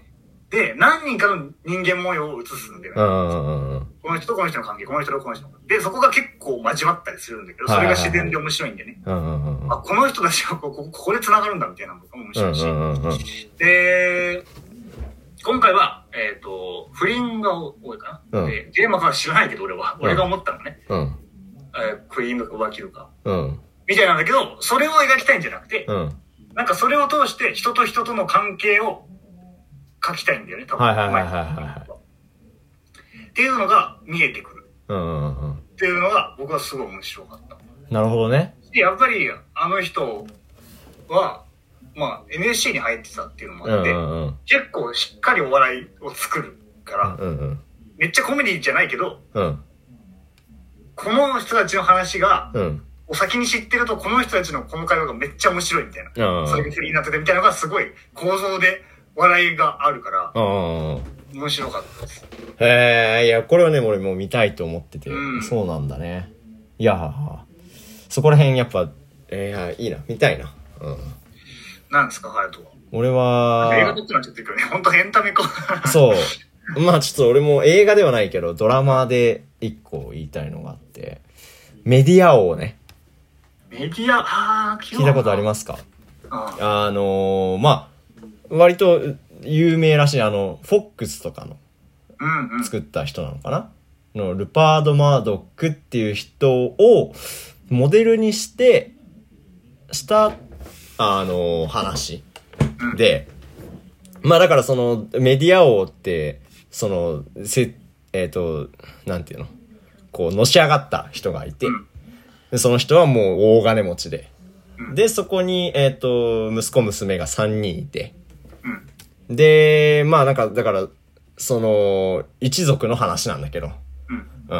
で、何人かの人間模様を映すんだよね。 うんうんうん、 この人とこの人の関係、この人とこの人の関係。で、そこが結構交わったりするんだけど、それが自然で面白いんだよね。あ、この人たちはここ、ここで繋がるんだみたいなのとかも面白いし。うんうんうんうん、で、今回は、えっ、ー、と、不倫が多いかな。うん、で、テーマかは知らないけど俺は、俺が思ったのね。うん、えー、不倫とか浮気とか。うん、みたいなんだけど、それを描きたいんじゃなくて、うん、なんかそれを通して人と人との関係を描きたいんだよね、多分。はいはいはいはい、はい。っていうのが見えてくる。うんうんうん、っていうのが僕はすごい面白かった。 なるほどね。 で、やっぱりあの人は、まあ エヌエスシー に入ってたっていうのもあって、うんうんうん、結構しっかりお笑いを作るから、うんうん、めっちゃコメディじゃないけど、うん、この人たちの話が、うん、お先に知ってるとこの人たちのこの会話がめっちゃ面白いみたいな、うんうん、それがフリーになっててみたいなのがすごい構造で笑いがあるから、うんうん、面白かったです。 へえ、いや、これはね、俺もう見たいと思ってて、うん、そうなんだね。いや、そこら辺やっぱ、えー、いいな、見たいな。うん。 なんですか、ハヤトは。 俺は、 映画撮ってなっちゃってるけどね、ほんとエンタメか。 そう。まあちょっと俺も映画ではないけど、ドラマで一個言いたいのがあって、メディア王ね。 メディア、あー、 聞いたことありますか？あ, あのー、まあ割と有名らしい、あの、フォックスとかの、うんうん、作った人なのかなの、ルパード・マードックっていう人をモデルにして、した、あのー、話で、まあだからそのメディア王って、その、せ、えっと、なんていうのこう、のし上がった人がいて、でその人はもう大金持ちで、で、そこに、えっと、息子娘がさんにんいて、で、まあなんか、だから、その、一族の話なんだけど、うん。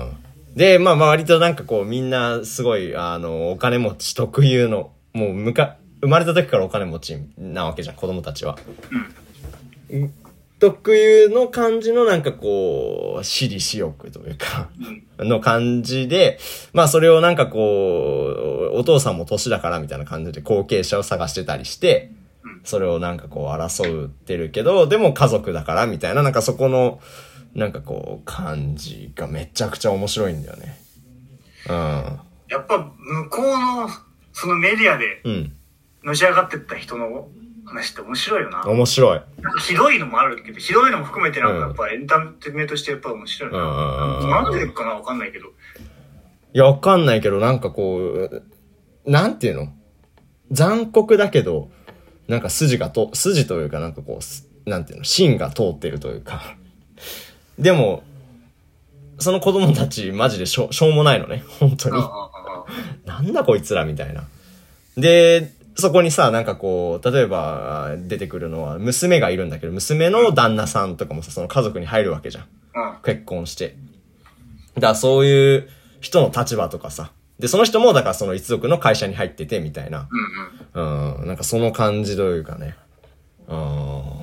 で、まあまあ割となんかこうみんなすごい、あの、お金持ち特有の、もうむか、生まれた時からお金持ちなわけじゃん、子供たちは。うん、特有の感じのなんかこう、私利私欲というか、の感じで、まあそれをなんかこう、お父さんも年だからみたいな感じで後継者を探してたりして、それをなんかこう争ってるけど、でも家族だからみたいな、なんかそこの、なんかこう、感じがめちゃくちゃ面白いんだよね。うん。 やっぱ向こうの、そのメディアで、のし上がってった人の話って面白いよな。 面白い。 なんかひどいのもあるけど、ひどいのも含めてなんかやっぱエンタメとしてやっぱ面白いな。うん。なんでかなわかんないけど。 いや、わかんないけど、なんかこう、なんていうの？残酷だけど、なんか筋がと、筋というかなんかこう、なんていうの、芯が通ってるというか。でも、その子供たちマジでしょ、しょうもないのね。本当に。なんだこいつらみたいな。で、そこにさ、なんかこう、例えば出てくるのは娘がいるんだけど、娘の旦那さんとかもさ、その家族に入るわけじゃん。結婚して。だからそういう人の立場とかさ。で、その人もだからその一族の会社に入っててみたいな。うん、うん。なんかその感じというかね。うん、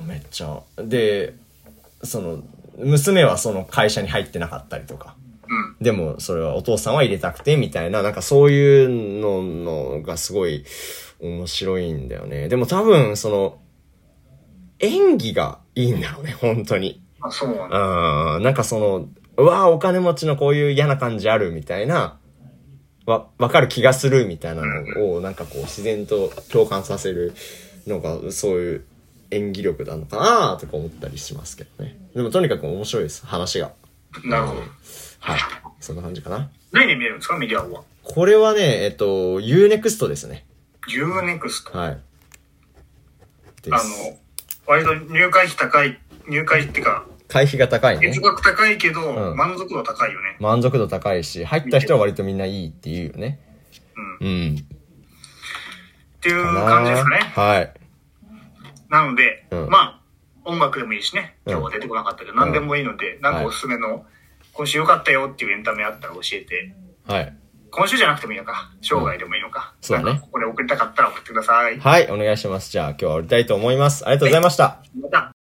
めっちゃ。で、その、娘はその会社に入ってなかったりとか。うん、でも、それはお父さんは入れたくて、みたいな、なんかそういうののがすごい面白いんだよね。でも多分、その、演技がいいんだろうね、本当に。 あ、そうなんだ。 うん、なんかその、うわぁ、お金持ちのこういう嫌な感じあるみたいな、わ、わかる気がするみたいなのを、なんかこう自然と共感させるのが、そういう演技力なのかなとか思ったりしますけどね。でもとにかく面白いです、話が。 なるほど。 はい。そんな感じかな。 何で見えるんですか、メディアは。 これはね、えっと、ユーネクスト ですね。 ユーネクストはい。 あの、割と入会費高い、入会ってか、 会費が高いね。 月額高いけど、うん、満足度高いよね。 満足度高いし、入った人は割とみんないいって言うよね。うん。うん。 っていう感じですかね。 はい。 なので、うん、まあ、音楽でもいいしね。今日は出てこなかったけど、うん、何でもいいので、なんかおすすめの、はい、今週良かったよっていうエンタメあったら教えて。 はい。 今週じゃなくてもいいのか。生涯でもいいのか。 うん、そうだね。 これ送りたかったら送ってください。 はい、お願いします。じゃあ今日は終わりたいと思います。ありがとうございました。 また。